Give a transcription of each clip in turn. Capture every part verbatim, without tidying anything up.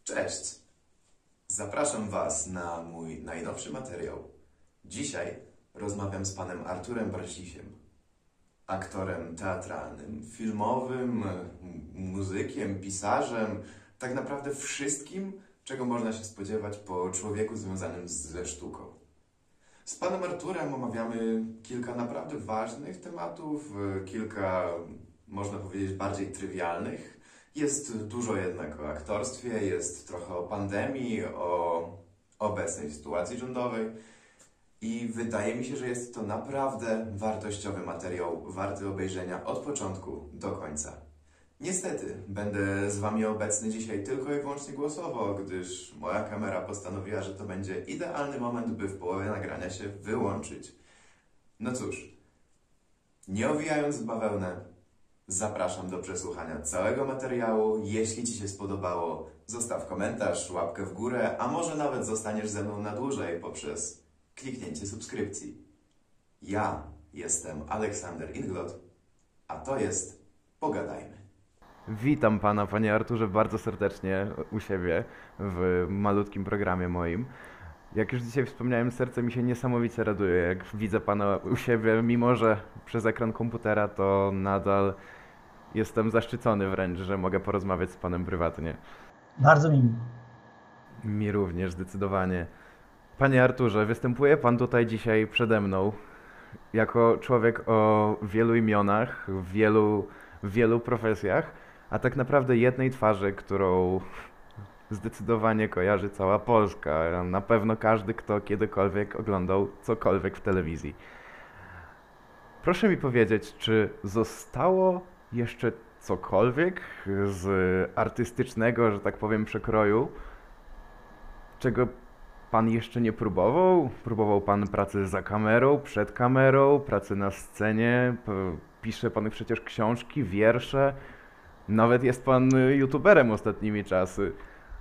Cześć! Zapraszam Was na mój najnowszy materiał. Dzisiaj rozmawiam z panem Arturem Braślisiem, aktorem teatralnym, filmowym, muzykiem, pisarzem, tak naprawdę wszystkim, czego można się spodziewać po człowieku związanym ze sztuką. Z panem Arturem omawiamy kilka naprawdę ważnych tematów, kilka, można powiedzieć, bardziej trywialnych. Jest dużo jednak o aktorstwie, jest trochę o pandemii, o obecnej sytuacji rządowej i wydaje mi się, że jest to naprawdę wartościowy materiał, warty obejrzenia od początku do końca. Niestety, będę z Wami obecny dzisiaj tylko i wyłącznie głosowo, gdyż moja kamera postanowiła, że to będzie idealny moment, by w połowie nagrania się wyłączyć. No cóż, nie owijając w bawełnę, zapraszam do przesłuchania całego materiału. Jeśli Ci się spodobało, zostaw komentarz, łapkę w górę, a może nawet zostaniesz ze mną na dłużej poprzez kliknięcie subskrypcji. Ja jestem Aleksander Inglot, a to jest Pogadajmy. Witam Pana, Panie Arturze, bardzo serdecznie u siebie w malutkim programie moim. Jak już dzisiaj wspomniałem, serce mi się niesamowicie raduje, jak widzę Pana u siebie, mimo że przez ekran komputera, to nadal jestem zaszczycony wręcz, że mogę porozmawiać z Panem prywatnie. Bardzo mi miło. Mi również, zdecydowanie. Panie Arturze, występuje Pan tutaj dzisiaj przede mną jako człowiek o wielu imionach, w wielu, w wielu profesjach, a tak naprawdę jednej twarzy, którą zdecydowanie kojarzy cała Polska. Na pewno każdy, kto kiedykolwiek oglądał cokolwiek w telewizji. Proszę mi powiedzieć, czy zostało jeszcze cokolwiek z artystycznego, że tak powiem, przekroju, czego Pan jeszcze nie próbował? Próbował Pan pracy za kamerą, przed kamerą, pracy na scenie, pisze Pan przecież książki, wiersze, nawet jest Pan youtuberem ostatnimi czasy.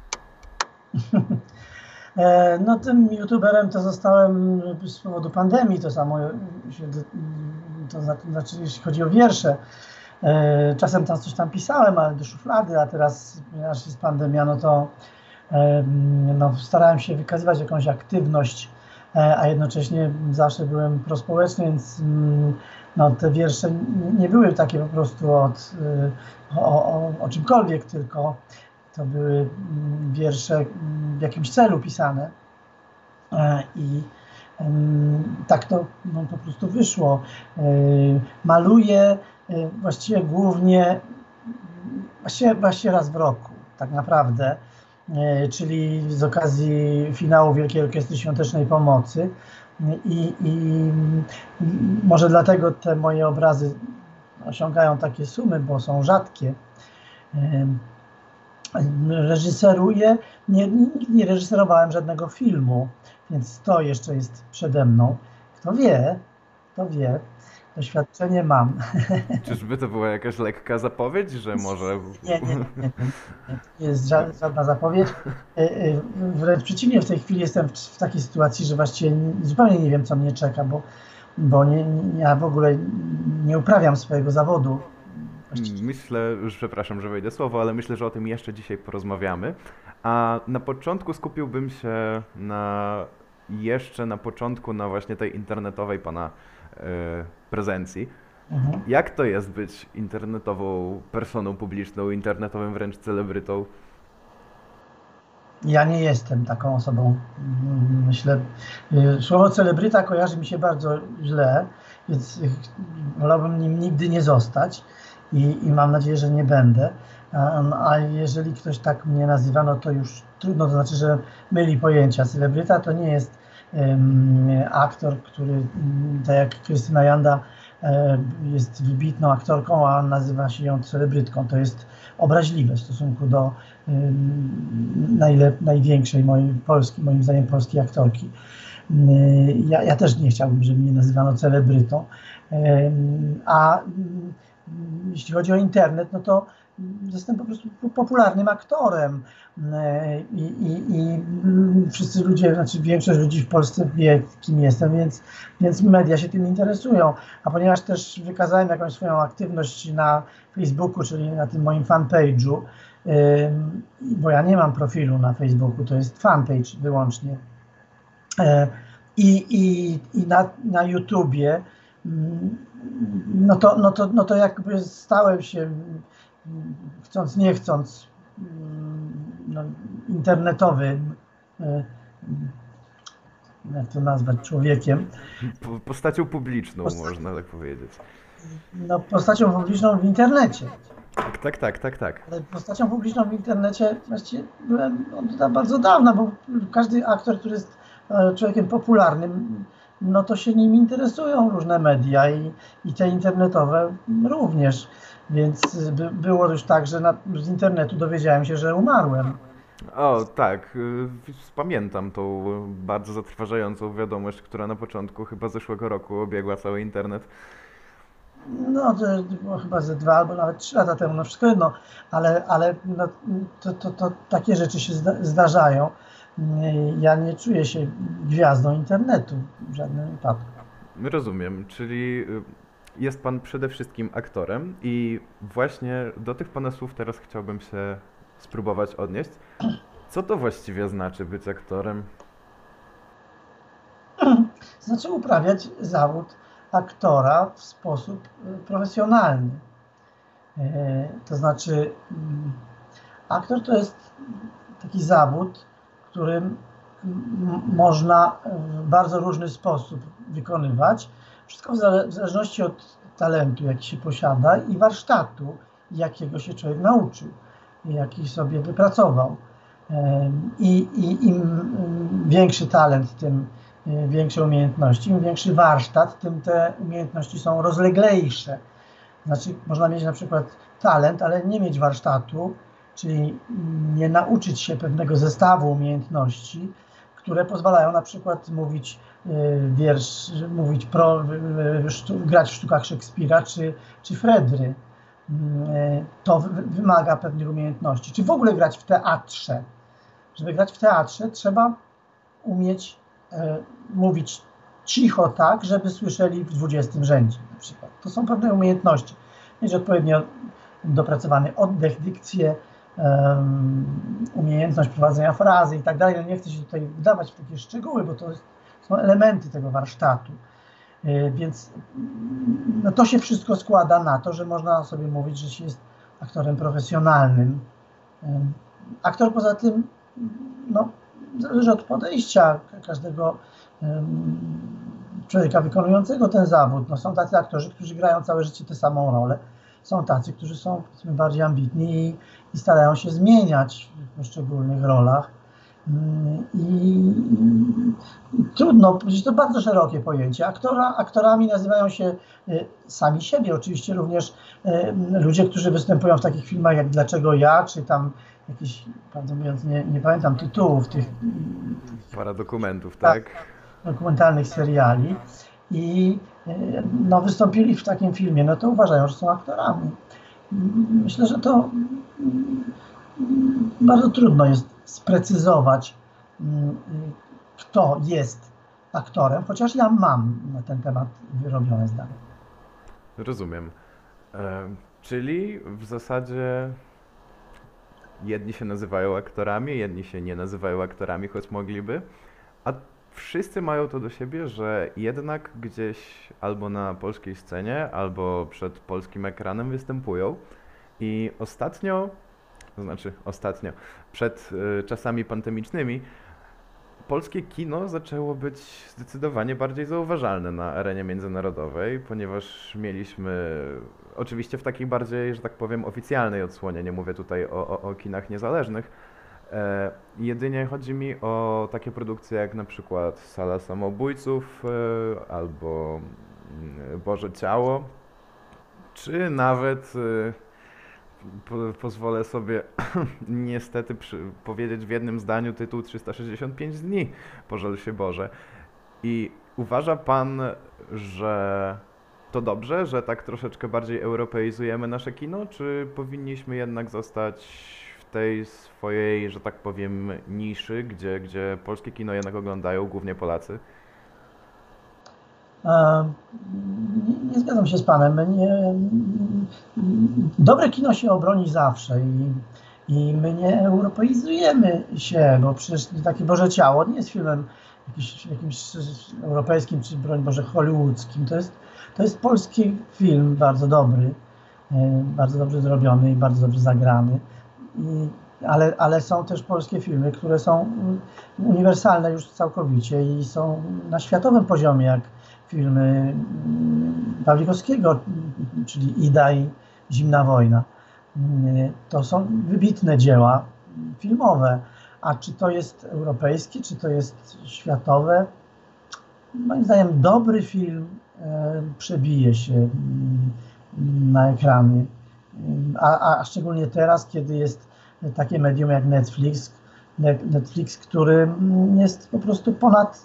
No tym youtuberem to zostałem z powodu pandemii, to samo się, to znaczy jeśli chodzi o wiersze. Czasem tam coś tam pisałem, ale do szuflady, a teraz, ponieważ jest pandemia, no to no, starałem się wykazywać jakąś aktywność, a jednocześnie zawsze byłem prospołeczny, więc no, te wiersze nie były takie po prostu od, o, o, o czymkolwiek, tylko to były wiersze w jakimś celu pisane i tak to no, po prostu wyszło. Maluję właściwie głównie, właściwie, właściwie raz w roku, tak naprawdę, czyli z okazji finału Wielkiej Orkiestry Świątecznej Pomocy i, i może dlatego te moje obrazy osiągają takie sumy, bo są rzadkie. Reżyseruję, nie, nigdy nie reżyserowałem żadnego filmu, więc to jeszcze jest przede mną. Kto wie, kto wie, doświadczenie mam. Czyżby to była jakaś lekka zapowiedź, że może... Nie, nie, nie, nie, nie. nie jest żadna zapowiedź. Wręcz przeciwnie, w tej chwili jestem w, w takiej sytuacji, że właściwie zupełnie nie wiem, co mnie czeka, bo, bo nie, nie, ja w ogóle nie uprawiam swojego zawodu. Myślę, już przepraszam, że wejdę słowo, ale myślę, że o tym jeszcze dzisiaj porozmawiamy. A na początku skupiłbym się na jeszcze na początku na właśnie tej internetowej Pana y, prezencji. Mhm. Jak to jest być internetową personą publiczną, internetowym wręcz celebrytą? Ja nie jestem taką osobą. Myślę, słowo celebryta kojarzy mi się bardzo źle, więc wolałbym nim nigdy nie zostać. I, I mam nadzieję, że nie będę. A, a jeżeli ktoś tak mnie nazywa, no to już trudno, to znaczy, że myli pojęcia. Celebryta to nie jest um, aktor, który, tak jak Krystyna Janda, um, jest wybitną aktorką, a nazywa się ją celebrytką. To jest obraźliwe w stosunku do um, najlep- największej mojej polskiej, moim zdaniem polskiej aktorki. Um, ja, ja też nie chciałbym, żeby mnie nazywano celebrytą. Um, a um, Jeśli chodzi o internet, no to jestem po prostu popularnym aktorem i, i, i wszyscy ludzie, znaczy większość ludzi w Polsce wie, kim jestem, więc, więc media się tym interesują. A ponieważ też wykazałem jakąś swoją aktywność na Facebooku, czyli na tym moim fanpage'u, bo ja nie mam profilu na Facebooku, to jest fanpage wyłącznie. I, i, i na, na YouTubie, no to, no, to, no to jakby stałem się, chcąc nie chcąc, no, internetowym, jak to nazwać, człowiekiem. Postacią publiczną, Posta można tak powiedzieć. No, postacią publiczną w internecie. Tak, tak, tak, tak, tak. Ale postacią publiczną w internecie właściwie byłem od bardzo dawna, bo każdy aktor, który jest człowiekiem popularnym, no to się nim interesują różne media i, i te internetowe również. Więc by, było już tak, że na, z internetu dowiedziałem się, że umarłem. O, tak, y, pamiętam tą bardzo zatrważającą wiadomość, która na początku chyba zeszłego roku obiegła cały internet. No, to było chyba ze dwa albo nawet trzy lata temu, no wszystko jedno, ale, ale no, to, to, to takie rzeczy się zda zdarzają. Ja nie czuję się gwiazdą internetu w żadnym wypadku. Rozumiem, czyli y, jest pan przede wszystkim aktorem i właśnie do tych pana słów teraz chciałbym się spróbować odnieść. Co to właściwie znaczy być aktorem? Znaczy uprawiać zawód aktora w sposób profesjonalny. To znaczy, aktor to jest taki zawód, którym można w bardzo różny sposób wykonywać. Wszystko w zależności od talentu, jaki się posiada i warsztatu, jakiego się człowiek nauczył, jaki sobie wypracował. I, i im większy talent, tym większe umiejętności, im większy warsztat, tym te umiejętności są rozleglejsze. Znaczy, można mieć na przykład talent, ale nie mieć warsztatu, czyli nie nauczyć się pewnego zestawu umiejętności, które pozwalają na przykład mówić wiersz, mówić pro, grać w sztukach Szekspira czy, czy Fredry. To wymaga pewnych umiejętności. Czy w ogóle grać w teatrze? Żeby grać w teatrze, trzeba umieć e, mówić cicho tak, żeby słyszeli w dwudziestym rzędzie na przykład. To są pewne umiejętności. Mieć odpowiednio dopracowany oddech, dykcję, um, umiejętność prowadzenia frazy i tak dalej. No nie chcę się tutaj wdawać w takie szczegóły, bo to jest, są elementy tego warsztatu. E, więc no to się wszystko składa na to, że można sobie mówić, że się jest aktorem profesjonalnym. E, aktor poza tym, no, zależy od podejścia każdego um, człowieka wykonującego ten zawód. No, są tacy aktorzy, którzy grają całe życie tę samą rolę. Są tacy, którzy są, powiedzmy, bardziej ambitni i, i starają się zmieniać w poszczególnych rolach. Um, I, i trudno, przecież to bardzo szerokie pojęcie. Aktora, aktorami nazywają się y, sami siebie, oczywiście również y, ludzie, którzy występują w takich filmach jak Dlaczego ja, czy tam jakieś, prawdę mówiąc, nie, nie pamiętam tytułów tych Para dokumentów, tak? Dokumentalnych seriali i no, wystąpili w takim filmie, no to uważają, że są aktorami. Myślę, że to bardzo trudno jest sprecyzować, kto jest aktorem, chociaż ja mam na ten temat wyrobione zdanie. Rozumiem. E, czyli w zasadzie jedni się nazywają aktorami, jedni się nie nazywają aktorami, choć mogliby, a wszyscy mają to do siebie, że jednak gdzieś albo na polskiej scenie, albo przed polskim ekranem występują. I ostatnio, to znaczy ostatnio, przed y, czasami pandemicznymi, polskie kino zaczęło być zdecydowanie bardziej zauważalne na arenie międzynarodowej, ponieważ mieliśmy, oczywiście w takiej bardziej, że tak powiem, oficjalnej odsłonie, nie mówię tutaj o, o, o kinach niezależnych, e, jedynie chodzi mi o takie produkcje jak na przykład Sala Samobójców e, albo Boże Ciało, czy nawet e, po, pozwolę sobie niestety przy, powiedzieć w jednym zdaniu tytuł trzysta sześćdziesiąt pięć dni, pożal się Boże. I uważa Pan, że to dobrze, że tak troszeczkę bardziej europeizujemy nasze kino, czy powinniśmy jednak zostać w tej swojej, że tak powiem, niszy, gdzie, gdzie polskie kino jednak oglądają głównie Polacy? Nie, nie zgadzam się z Panem. Nie, dobre kino się obroni zawsze i, I my nie europeizujemy się, bo przecież takie Boże Ciało nie jest filmem jakimś, jakimś europejskim, czy broń Boże hollywoodzkim. To jest, to jest polski film, bardzo dobry, bardzo dobrze zrobiony i bardzo dobrze zagrany. I, ale, ale są też polskie filmy, które są uniwersalne już całkowicie i są na światowym poziomie, jak filmy Pawlikowskiego, czyli Ida i Zimna Wojna. To są wybitne dzieła filmowe, a czy to jest europejskie, czy to jest światowe? Moim zdaniem dobry film przebije się na ekrany, a, a szczególnie teraz, kiedy jest takie medium jak Netflix, Netflix, który jest po prostu ponad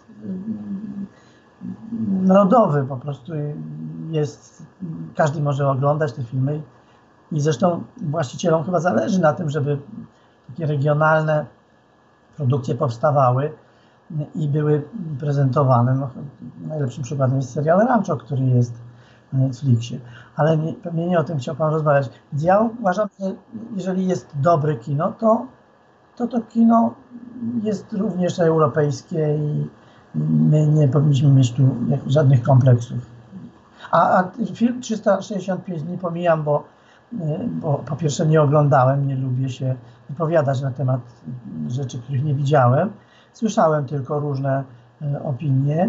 narodowy, po prostu jest, każdy może oglądać te filmy i zresztą właścicielom chyba zależy na tym, żeby takie regionalne produkcje powstawały i były prezentowane. No, najlepszym przykładem jest serial Rancho, który jest na Netflixie, ale nie, pewnie nie o tym chciał Pan rozmawiać. Więc ja uważam, że jeżeli jest dobre kino, to to, to kino jest również europejskie i my nie powinniśmy mieć tu żadnych kompleksów. A, a film trzysta sześćdziesiąt pięć dni pomijam, bo, bo po pierwsze nie oglądałem, nie lubię się wypowiadać na temat rzeczy, których nie widziałem. Słyszałem tylko różne opinie.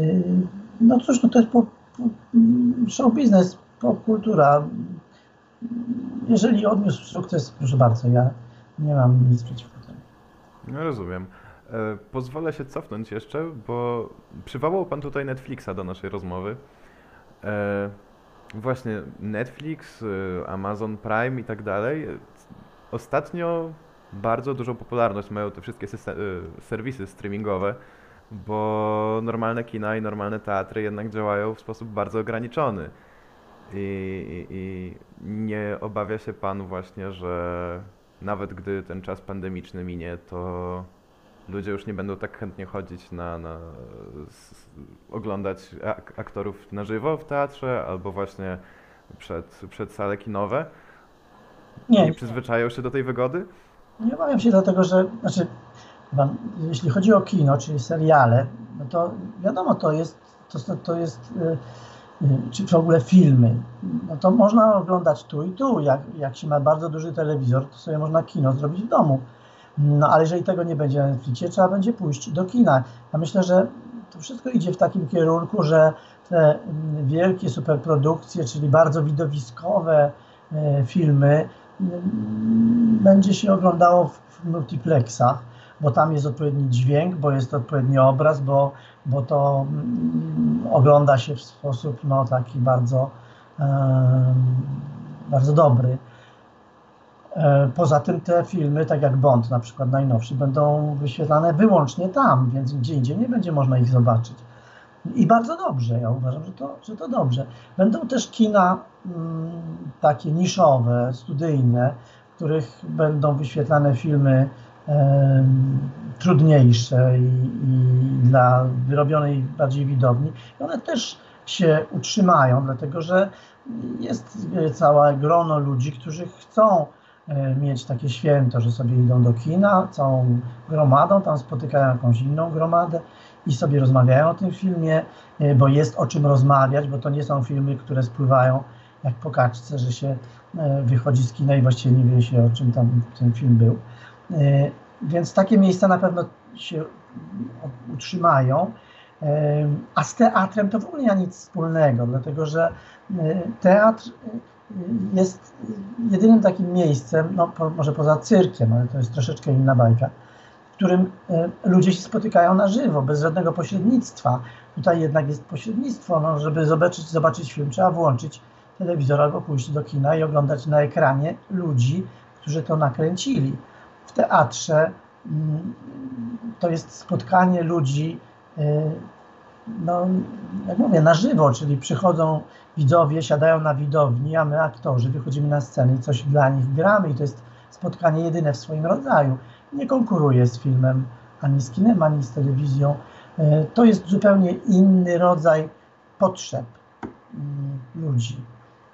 No cóż, no to jest po, po, show biznes, popkultura. Jeżeli odniósł sukces, proszę bardzo, ja nie mam nic przeciwko temu. No rozumiem. E, pozwolę się cofnąć jeszcze, bo przywołał Pan tutaj Netflixa do naszej rozmowy. E, właśnie Netflix, Amazon Prime i tak dalej. Ostatnio bardzo dużą popularność mają te wszystkie system, serwisy streamingowe, bo normalne kina i normalne teatry jednak działają w sposób bardzo ograniczony. I, i, i nie obawia się Pan właśnie, że nawet gdy ten czas pandemiczny minie, to ludzie już nie będą tak chętnie chodzić na, na s, oglądać ak aktorów na żywo w teatrze albo właśnie przed, przed sale kinowe? Nie, nie przyzwyczają się do tej wygody? Nie obawiam się dlatego, że znaczy, jeśli chodzi o kino, czyli seriale, no to wiadomo, to jest, to, to jest czy w ogóle filmy, no to można oglądać tu i tu. Jak, jak się ma bardzo duży telewizor, to sobie można kino zrobić w domu. No ale jeżeli tego nie będzie na Netflixie, trzeba będzie pójść do kina. Ja myślę, że to wszystko idzie w takim kierunku, że te wielkie superprodukcje, czyli bardzo widowiskowe filmy, będzie się oglądało w multiplexach, bo tam jest odpowiedni dźwięk, bo jest odpowiedni obraz, bo, bo to mm, ogląda się w sposób no, taki bardzo, e, bardzo dobry. E, poza tym te filmy, tak jak Bond na przykład najnowszy, będą wyświetlane wyłącznie tam, więc gdzie indziej nie będzie można ich zobaczyć. I bardzo dobrze, ja uważam, że to, że to dobrze. Będą też kina mm, takie niszowe, studyjne, w których będą wyświetlane filmy e, trudniejsze i, i dla wyrobionej bardziej widowni. I one też się utrzymają, dlatego że jest całe grono ludzi, którzy chcą e, mieć takie święto, że sobie idą do kina, całą gromadą, tam spotykają jakąś inną gromadę i sobie rozmawiają o tym filmie, bo jest o czym rozmawiać, bo to nie są filmy, które spływają jak po kaczce, że się wychodzi z kina i właściwie nie wie się, o czym tam ten film był. Więc takie miejsca na pewno się utrzymają, a z teatrem to w ogóle nie ma nic wspólnego, dlatego że teatr jest jedynym takim miejscem, no może poza cyrkiem, ale to jest troszeczkę inna bajka, w którym ludzie się spotykają na żywo, bez żadnego pośrednictwa. Tutaj jednak jest pośrednictwo, no, żeby zobaczyć, zobaczyć film, trzeba włączyć telewizor albo pójść do kina i oglądać na ekranie ludzi, którzy to nakręcili. W teatrze to jest spotkanie ludzi, no, jak mówię, na żywo, czyli przychodzą widzowie, siadają na widowni, a my aktorzy wychodzimy na scenę i coś dla nich gramy i to jest spotkanie jedyne w swoim rodzaju. Nie konkuruje z filmem, ani z kinem, ani z telewizją. To jest zupełnie inny rodzaj potrzeb ludzi.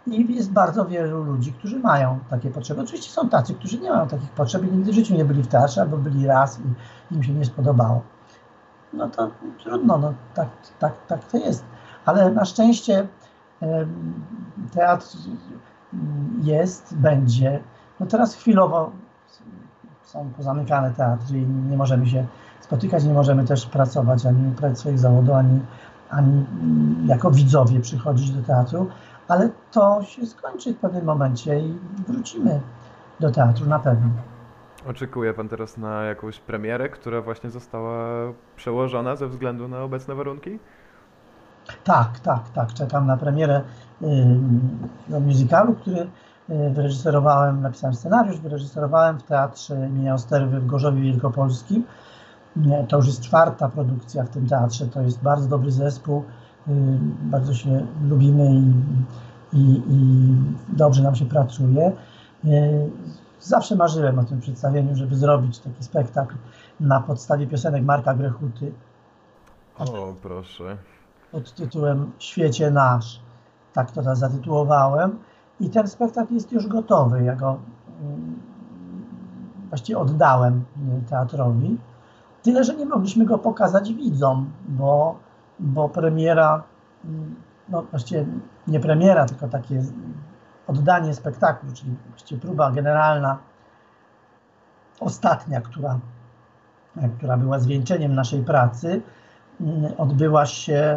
I jest bardzo wielu ludzi, którzy mają takie potrzeby. Oczywiście są tacy, którzy nie mają takich potrzeb i nigdy w życiu nie byli w teatrze, albo byli raz i im się nie spodobało. No to trudno, no tak, tak, tak to jest. Ale na szczęście teatr jest, będzie. No teraz chwilowo są pozamykane teatry i nie możemy się spotykać, nie możemy też pracować, ani uprawiać swoich zawodów, ani, ani jako widzowie przychodzić do teatru, ale to się skończy w pewnym momencie i wrócimy do teatru na pewno. Oczekuje pan teraz na jakąś premierę, która właśnie została przełożona ze względu na obecne warunki? Tak, tak, tak. Czekam na premierę y, musicalu, który y, wyreżyserowałem, napisałem scenariusz, wyreżyserowałem w Teatrze imienia Osterwy w Gorzowie Wielkopolskim. To już jest czwarta produkcja w tym teatrze. To jest bardzo dobry zespół. Y, bardzo się lubimy i, i, i dobrze nam się pracuje. Y, zawsze marzyłem o tym przedstawieniu, żeby zrobić taki spektakl na podstawie piosenek Marka Grechuty. O, proszę. Pod tytułem Świecie Nasz. Tak to zatytułowałem. I ten spektakl jest już gotowy. Ja go mm, właściwie oddałem teatrowi. Tyle, że nie mogliśmy go pokazać widzom, bo, bo premiera, no właściwie nie premiera, tylko takie oddanie spektaklu, czyli właściwie próba generalna, ostatnia, która, która była zwieńczeniem naszej pracy, odbyła się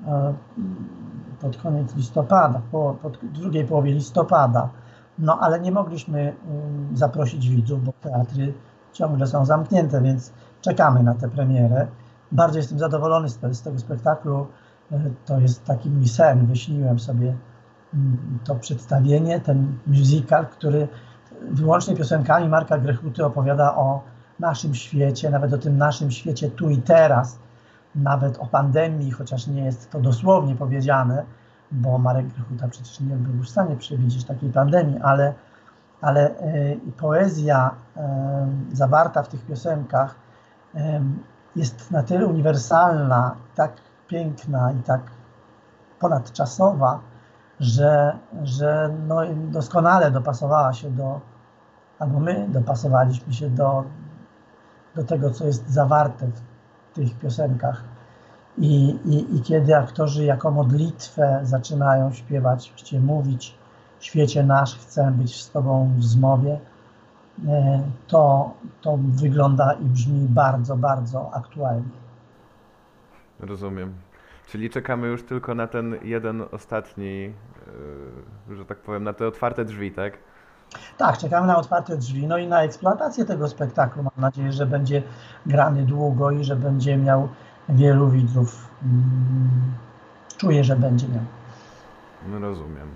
pod koniec listopada, po, pod drugiej połowie listopada. No ale nie mogliśmy zaprosić widzów, bo teatry ciągle są zamknięte, więc czekamy na tę premierę. Bardzo jestem zadowolony z, z tego spektaklu. To jest taki mój sen. Wyśniłem sobie to przedstawienie, ten musical, który wyłącznie piosenkami Marka Grechuty opowiada o naszym świecie, nawet o tym naszym świecie tu i teraz, nawet o pandemii, chociaż nie jest to dosłownie powiedziane, bo Marek Grechuta przecież nie był w stanie przewidzieć takiej pandemii, ale, ale y, poezja y, zawarta w tych piosenkach y, jest na tyle uniwersalna, tak piękna i tak ponadczasowa, że, że no, doskonale dopasowała się do, albo my dopasowaliśmy się do, do tego, co jest zawarte w tych piosenkach. I, i, I kiedy aktorzy jako modlitwę zaczynają śpiewać, właściwie mówić świecie nasz, chcę być z Tobą w zmowie, to, to wygląda i brzmi bardzo, bardzo aktualnie. Rozumiem. Czyli czekamy już tylko na ten jeden ostatni, yy, że tak powiem, na te otwarte drzwi, tak? Tak, czekamy na otwarte drzwi, no i na eksploatację tego spektaklu. Mam nadzieję, że będzie grany długo i że będzie miał wielu widzów. Czuję, że będzie miał. No, rozumiem.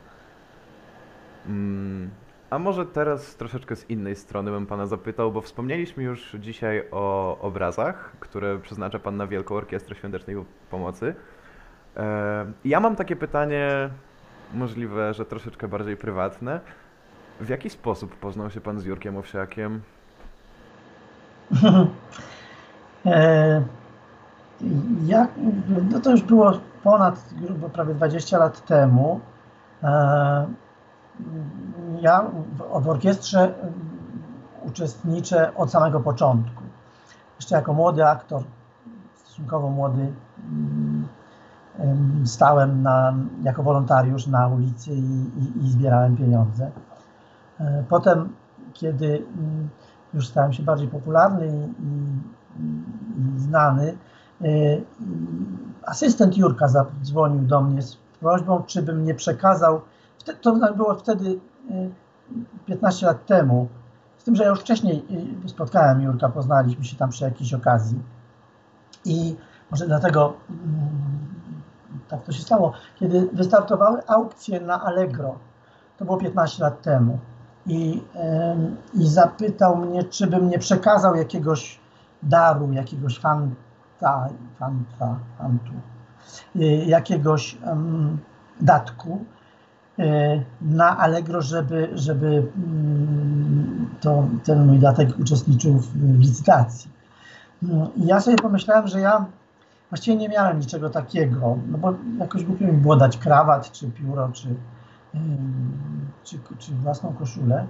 Mm, a może teraz troszeczkę z innej strony bym pana zapytał, bo wspomnieliśmy już dzisiaj o obrazach, które przeznacza pan na Wielką Orkiestrę Świątecznej Pomocy. E, ja mam takie pytanie, możliwe, że troszeczkę bardziej prywatne. W jaki sposób poznał się pan z Jurkiem Owsiakiem? e, ja, no to już było ponad grubo prawie dwadzieścia lat temu. E, ja w, w orkiestrze uczestniczę od samego początku. Jeszcze jako młody aktor, stosunkowo młody, stałem na, jako wolontariusz na ulicy i, i, i zbierałem pieniądze. Potem, kiedy już stałem się bardziej popularny i, i, i znany, asystent Jurka zadzwonił do mnie z prośbą, czy bym nie przekazał, to było wtedy piętnaście lat temu, z tym, że ja już wcześniej spotkałem Jurka, poznaliśmy się tam przy jakiejś okazji i może dlatego tak to się stało, kiedy wystartowały aukcje na Allegro, to było piętnaście lat temu. I, i zapytał mnie, czy bym nie przekazał jakiegoś daru, jakiegoś fanta, fanta, fantu, jakiegoś um, datku na Allegro, żeby, żeby to, ten mój datek uczestniczył w licytacji. I ja sobie pomyślałem, że ja właściwie nie miałem niczego takiego, no bo jakoś głupio mi było dać krawat, czy pióro, czy, czy, czy własną koszulę.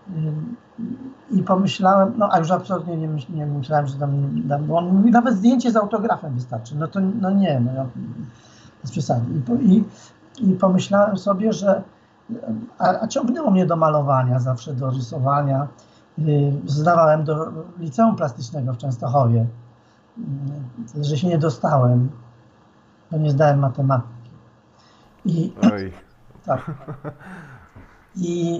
I pomyślałem, no a już absolutnie nie, myśl, nie myślałem, że dam, dam, bo on mówi, nawet zdjęcie z autografem wystarczy. No to no nie, no ja, bez przesady. I, po, i, I pomyślałem sobie, że a, a ciągnęło mnie do malowania, zawsze do rysowania. Zdawałem do liceum plastycznego w Częstochowie, że się nie dostałem, bo nie zdałem matematyki. I, Oj. tak. I,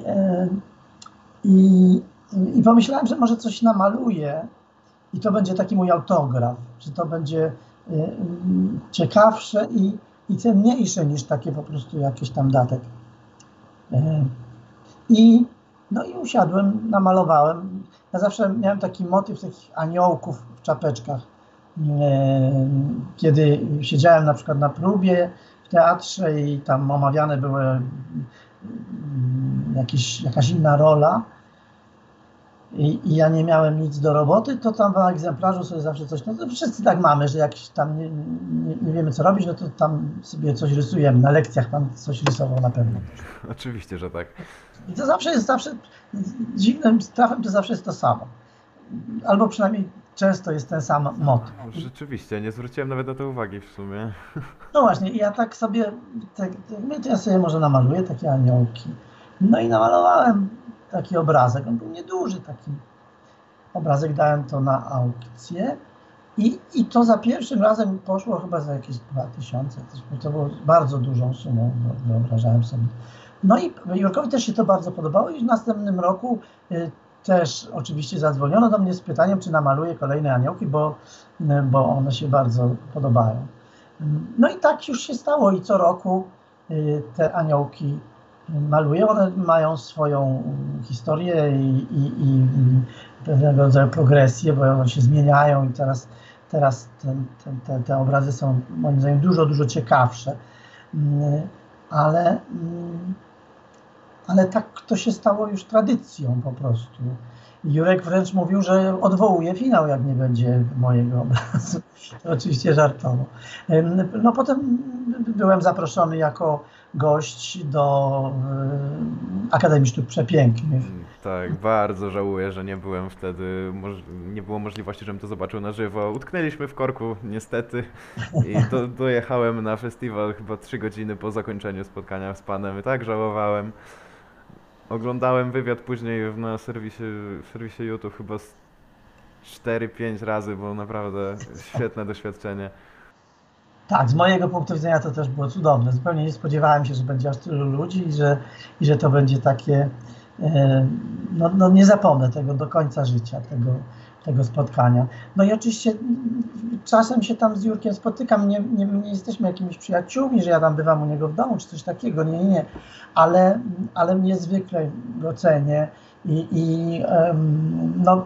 i, I pomyślałem, że może coś namaluję i to będzie taki mój autograf, że to będzie ciekawsze i, i cenniejsze niż takie po prostu jakieś tam datek. I, no i usiadłem, namalowałem. Ja zawsze miałem taki motyw takich aniołków w czapeczkach. Kiedy siedziałem na przykład na próbie w teatrze i tam omawiane były jakieś, jakaś inna rola i, i ja nie miałem nic do roboty, to tam w egzemplarzu sobie zawsze coś, no to wszyscy tak mamy, że jak tam nie, nie, nie wiemy co robić, no to tam sobie coś rysujemy. Na lekcjach pan coś rysował na pewno. Oczywiście, że tak. I to zawsze jest, zawsze dziwnym trafem to zawsze jest to samo. Albo przynajmniej często jest ten sam motyw. Rzeczywiście, nie zwróciłem nawet na to uwagi w sumie. No właśnie, i ja tak sobie, tak, ja sobie może namaluję takie aniołki. No i namalowałem taki obrazek, on był nieduży taki obrazek, dałem to na aukcję i, i to za pierwszym razem poszło chyba za jakieś dwa tysiące, to było bardzo dużą sumą, wyobrażałem sobie. No i Jurkowi też się to bardzo podobało i w następnym roku y, też oczywiście zadzwoniono do mnie z pytaniem, czy namaluję kolejne aniołki, bo, y, bo one się bardzo podobają. No i tak już się stało i co roku y, te aniołki maluję. One mają swoją historię i, i, i pewnego rodzaju progresję, bo one się zmieniają i teraz, teraz ten, ten, te, te obrazy są moim zdaniem dużo, dużo ciekawsze. Y, ale y, Ale tak to się stało już tradycją po prostu. Jurek wręcz mówił, że odwołuje finał, jak nie będzie mojego obrazu. To oczywiście żartowo. No potem byłem zaproszony jako gość do Akademii Sztuk Przepięknych. Tak, bardzo żałuję, że nie byłem wtedy, nie było możliwości, żebym to zobaczył na żywo. Utknęliśmy w korku, niestety, i do, dojechałem na festiwal chyba trzy godziny po zakończeniu spotkania z panem i tak żałowałem. Oglądałem wywiad później na serwisie, w serwisie YouTube chyba cztery pięć razy, bo naprawdę świetne doświadczenie. Tak, z mojego punktu widzenia to też było cudowne. Zupełnie nie spodziewałem się, że będzie aż tylu ludzi i że, i że to będzie takie, no, no nie zapomnę tego do końca życia, tego, tego spotkania. No i oczywiście czasem się tam z Jurkiem spotykam, nie, nie, nie jesteśmy jakimiś przyjaciółmi, że ja tam bywam u niego w domu czy coś takiego, nie, nie, ale, ale niezwykle go cenię i, i no,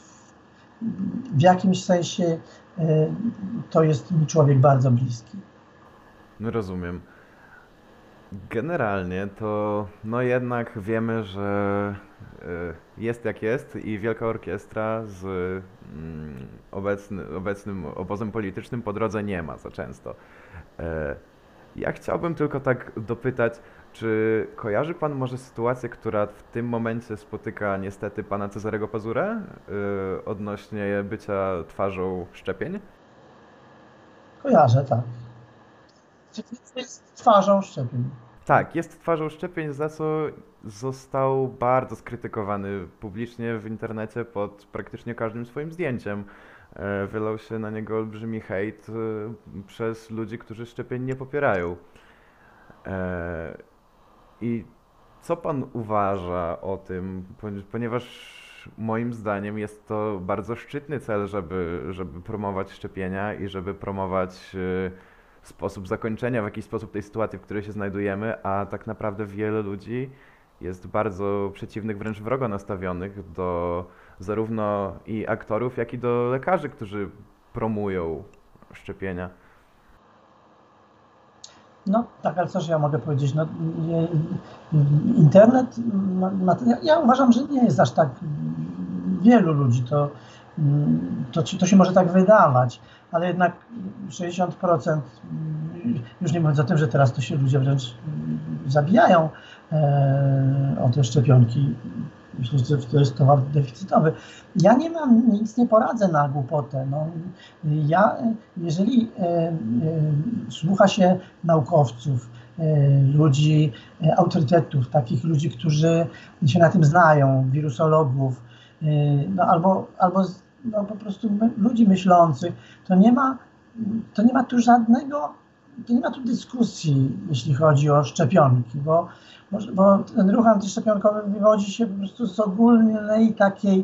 w jakimś sensie to jest mi człowiek bardzo bliski. No rozumiem. Generalnie to no jednak wiemy, że jest jak jest i Wielka Orkiestra z obecny, obecnym obozem politycznym po drodze nie ma za często. Ja chciałbym tylko tak dopytać, czy kojarzy pan może sytuację, która w tym momencie spotyka niestety pana Cezarego Pazurę odnośnie bycia twarzą szczepień? Kojarzę, tak. Jest twarzą szczepień. Tak, jest twarzą szczepień, za co został bardzo skrytykowany publicznie w internecie pod praktycznie każdym swoim zdjęciem. Wylał się na niego olbrzymi hejt przez ludzi, którzy szczepień nie popierają. I co pan uważa o tym, ponieważ moim zdaniem jest to bardzo szczytny cel, żeby, żeby promować szczepienia i żeby promować sposób zakończenia w jakiś sposób tej sytuacji, w której się znajdujemy, a tak naprawdę wiele ludzi jest bardzo przeciwnych, wręcz wrogo nastawionych do zarówno i aktorów, jak i do lekarzy, którzy promują szczepienia. No tak, ale cóż ja mogę powiedzieć, no, internet, ja, ja uważam, że nie jest aż tak wielu ludzi, to, to, to się może tak wydawać, ale jednak sześćdziesiąt procent, już nie mówiąc o tym, że teraz to się ludzie wręcz zabijają e, o te szczepionki. Myślę, że to jest towar deficytowy. Ja nie mam, nic nie poradzę na głupotę. No, ja, jeżeli e, e, słucha się naukowców, e, ludzi, e, autorytetów, takich ludzi, którzy się na tym znają, wirusologów, e, no, albo, albo no, po prostu my, ludzi myślących, to nie ma, to nie ma tu żadnego, to nie ma tu dyskusji, jeśli chodzi o szczepionki, bo bo ten ruch antyszczepionkowy wywodzi się po prostu z ogólnej takiej,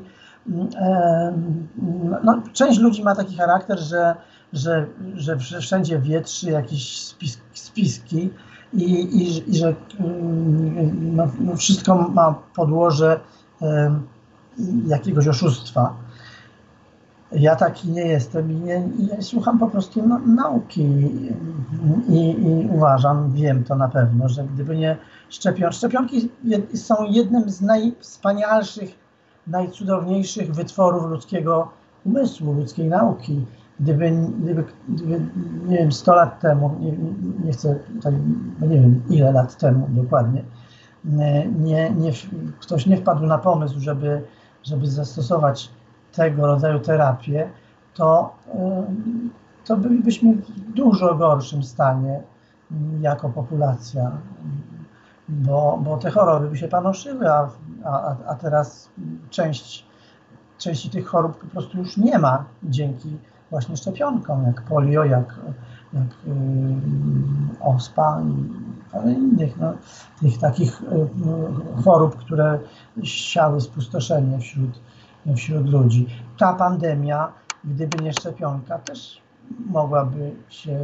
no, część ludzi ma taki charakter, że, że, że wszędzie wietrzy jakieś spis, spiski i, i, i że no, wszystko ma podłoże jakiegoś oszustwa. Ja taki nie jestem i, nie, i ja słucham po prostu na, nauki I, i uważam, wiem to na pewno, że gdyby nie szczepion, szczepionki jed, są jednym z najwspanialszych, najcudowniejszych wytworów ludzkiego umysłu, ludzkiej nauki. Gdyby, gdyby, gdyby nie wiem, sto lat temu, nie, nie chcę tutaj, nie wiem ile lat temu dokładnie, nie, nie, ktoś nie wpadł na pomysł, żeby, żeby zastosować tego rodzaju terapię, to, to bylibyśmy w dużo gorszym stanie jako populacja, bo, bo te choroby by się panoszyły, a, a, a teraz część, części tych chorób po prostu już nie ma dzięki właśnie szczepionkom, jak polio, jak, jak yy, ospa i parę innych no, tych takich yy, chorób, które siały spustoszenie wśród wśród ludzi. Ta pandemia, gdyby nie szczepionka, też mogłaby się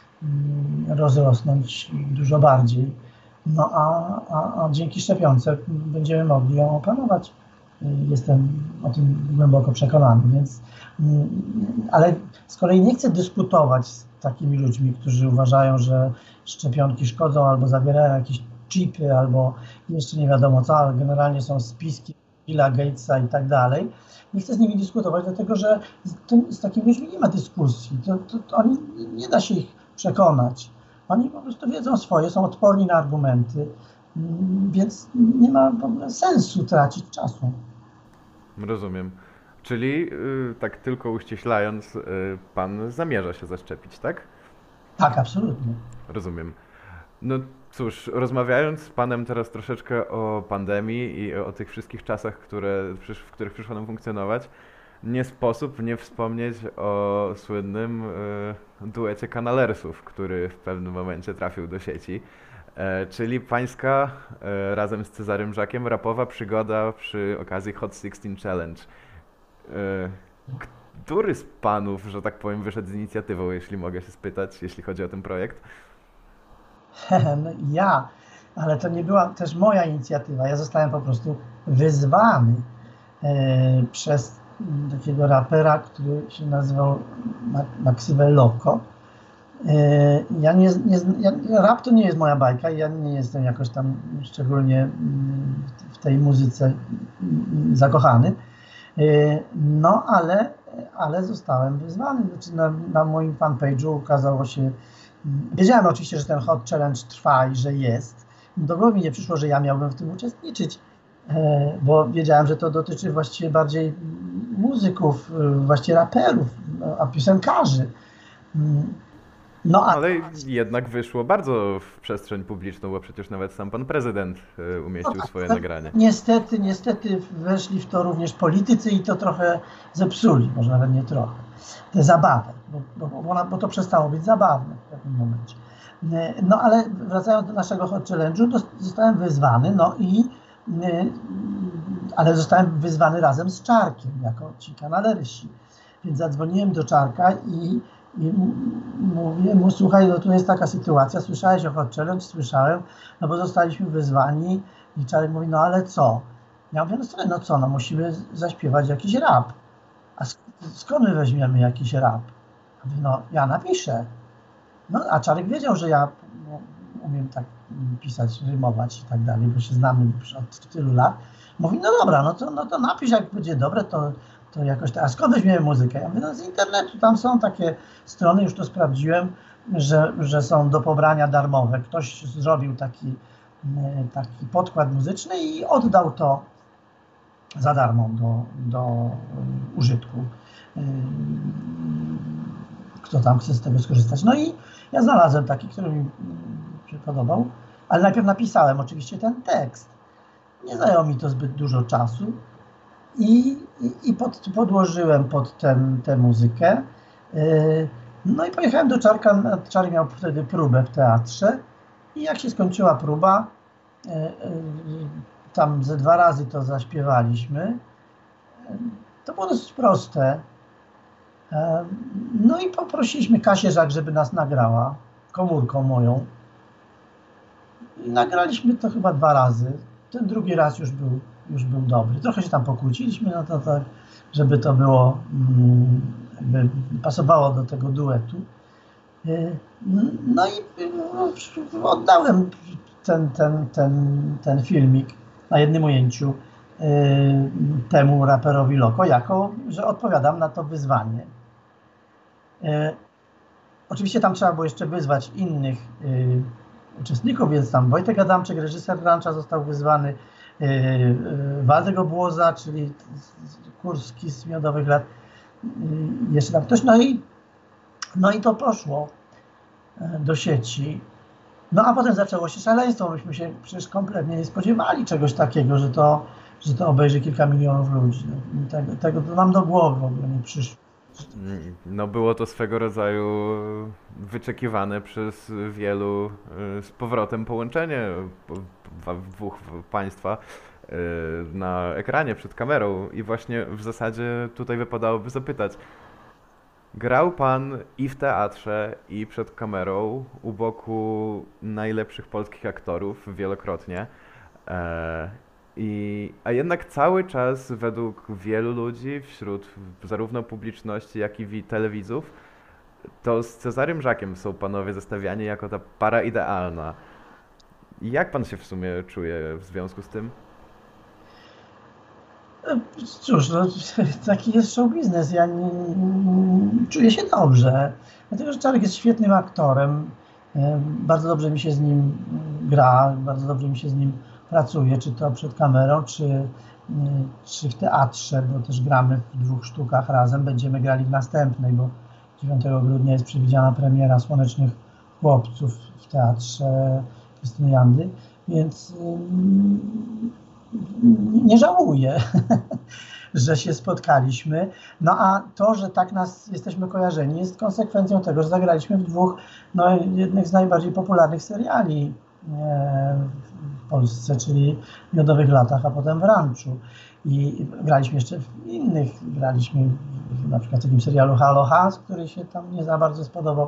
rozrosnąć dużo bardziej. No a, a, a dzięki szczepionce będziemy mogli ją opanować. Jestem o tym głęboko przekonany, więc, ale z kolei nie chcę dyskutować z takimi ludźmi, którzy uważają, że szczepionki szkodzą albo zawierają jakieś chipy, albo jeszcze nie wiadomo co, ale generalnie są spiski Billa Gatesa i tak dalej. Nie chcę z nimi dyskutować, dlatego że z, tym, z takimi ludźmi nie ma dyskusji. To, to, to oni, nie da się ich przekonać. Oni po prostu wiedzą swoje, są odporni na argumenty, więc nie ma w ogóle sensu tracić czasu. Rozumiem. Czyli yy, tak tylko uściślając, yy, pan zamierza się zaszczepić, tak? Tak, absolutnie. Rozumiem. No cóż, rozmawiając z panem teraz troszeczkę o pandemii i o tych wszystkich czasach, które, w których przyszło nam funkcjonować, nie sposób nie wspomnieć o słynnym y, duecie Kanalersów, który w pewnym momencie trafił do sieci, e, czyli pańska e, razem z Cezarym Żakiem rapowa przygoda przy okazji Hot szesnaście Challenge. E, który z panów, że tak powiem, wyszedł z inicjatywą, jeśli mogę się spytać, jeśli chodzi o ten projekt? No, ja, ale to nie była też moja inicjatywa. Ja zostałem po prostu wyzwany e, przez takiego rapera, który się nazywał Maxime Loco. E, ja nie, nie, ja, rap to nie jest moja bajka i ja nie jestem jakoś tam szczególnie w tej muzyce zakochany. E, no ale, ale zostałem wyzwany. Znaczy na, na moim fanpage'u ukazało się. Wiedziałem oczywiście, że ten Hot Challenge trwa i że jest. Do głowy mi nie przyszło, że ja miałbym w tym uczestniczyć, bo wiedziałem, że to dotyczy właściwie bardziej muzyków, właściwie raperów, a piosenkarzy. No, a... Ale jednak wyszło bardzo w przestrzeń publiczną, bo przecież nawet sam pan prezydent umieścił no tak, swoje tak, nagranie. Niestety, niestety weszli w to również politycy i to trochę zepsuli, może nawet nie trochę, tę zabawę, bo, bo, bo, bo to przestało być zabawne w pewnym momencie. No ale wracając do naszego Hot Challenge'u, zostałem wyzwany, no i ale zostałem wyzwany razem z Czarkiem, jako ci kanalersi. Więc zadzwoniłem do Czarka i I mówię mu, słuchaj, no tu jest taka sytuacja, słyszałeś o Hot Challenge? Słyszałem, no bo zostaliśmy wyzwani i Czarek mówi, no ale co? Ja mówię, no słuchaj, no co, no musimy zaśpiewać jakiś rap. A sk skąd my weźmiemy jakiś rap? Ja mówię, no ja napiszę. No a Czarek wiedział, że ja no, umiem tak pisać, rymować i tak dalej, bo się znamy już od tylu lat. Mówi, no dobra, no to, no to napisz, jak będzie dobre, to to jakoś tak. A skąd weźmiemy muzykę? Ja mówię, no z internetu, tam są takie strony, już to sprawdziłem, że, że są do pobrania darmowe. Ktoś zrobił taki, taki podkład muzyczny i oddał to za darmo do, do użytku. Kto tam chce z tego skorzystać. No i ja znalazłem taki, który mi się podobał, ale najpierw napisałem oczywiście ten tekst. Nie zajęło mi to zbyt dużo czasu i, i, i pod, podłożyłem pod ten, tę muzykę. No i pojechałem do Czarka. Czarek miał wtedy próbę w teatrze i jak się skończyła próba, tam ze dwa razy to zaśpiewaliśmy. To było dosyć proste. No i poprosiliśmy Kasię Żak, żeby nas nagrała komórką moją. I nagraliśmy to chyba dwa razy. Ten drugi raz już był, już był dobry. Trochę się tam pokłóciliśmy, no to tak, żeby to było, jakby pasowało do tego duetu. No i no, oddałem ten, ten, ten, ten filmik na jednym ujęciu temu raperowi Loko, jako że odpowiadam na to wyzwanie. Oczywiście tam trzeba było jeszcze wyzwać innych uczestników, więc tam Wojtek Adamczyk, reżyser Rancza, został wyzwany, Waldek Obłoza, czyli Kurski z Miodowych Lat, jeszcze tam ktoś, no i, no i to poszło do sieci. No a potem zaczęło się szaleństwo, myśmy się przecież kompletnie nie spodziewali czegoś takiego, że to, że to obejrzy kilka milionów ludzi. No, tego, tego to nam do głowy w ogóle nie przyszło. No było to swego rodzaju wyczekiwane przez wielu z powrotem połączenie dwóch państwa na ekranie przed kamerą i właśnie w zasadzie tutaj wypadałoby zapytać, grał pan i w teatrze, i przed kamerą u boku najlepszych polskich aktorów wielokrotnie. I, a jednak cały czas według wielu ludzi, wśród zarówno publiczności, jak i telewidzów, to z Cezarym Żakiem są panowie zestawiani jako ta para idealna. Jak pan się w sumie czuje w związku z tym? Cóż, no, taki jest show biznes. Ja nie, nie, czuję się dobrze, dlatego że Czarek jest świetnym aktorem. Bardzo dobrze mi się z nim gra, bardzo dobrze mi się z nim pracuje, czy to przed kamerą, czy, czy w teatrze, bo też gramy w dwóch sztukach razem. Będziemy grali w następnej, bo dziewiątego grudnia jest przewidziana premiera Słonecznych Chłopców w teatrze Krystyny Jandy, więc nie żałuję, że się spotkaliśmy. No a to, że tak nas jesteśmy kojarzeni, jest konsekwencją tego, że zagraliśmy w dwóch, no, jednych z najbardziej popularnych seriali w Polsce, czyli w Miodowych Latach, a potem w Ranczu. I graliśmy jeszcze w innych, graliśmy w, na przykład w takim serialu Halo Hans, który się tam nie za bardzo spodobał.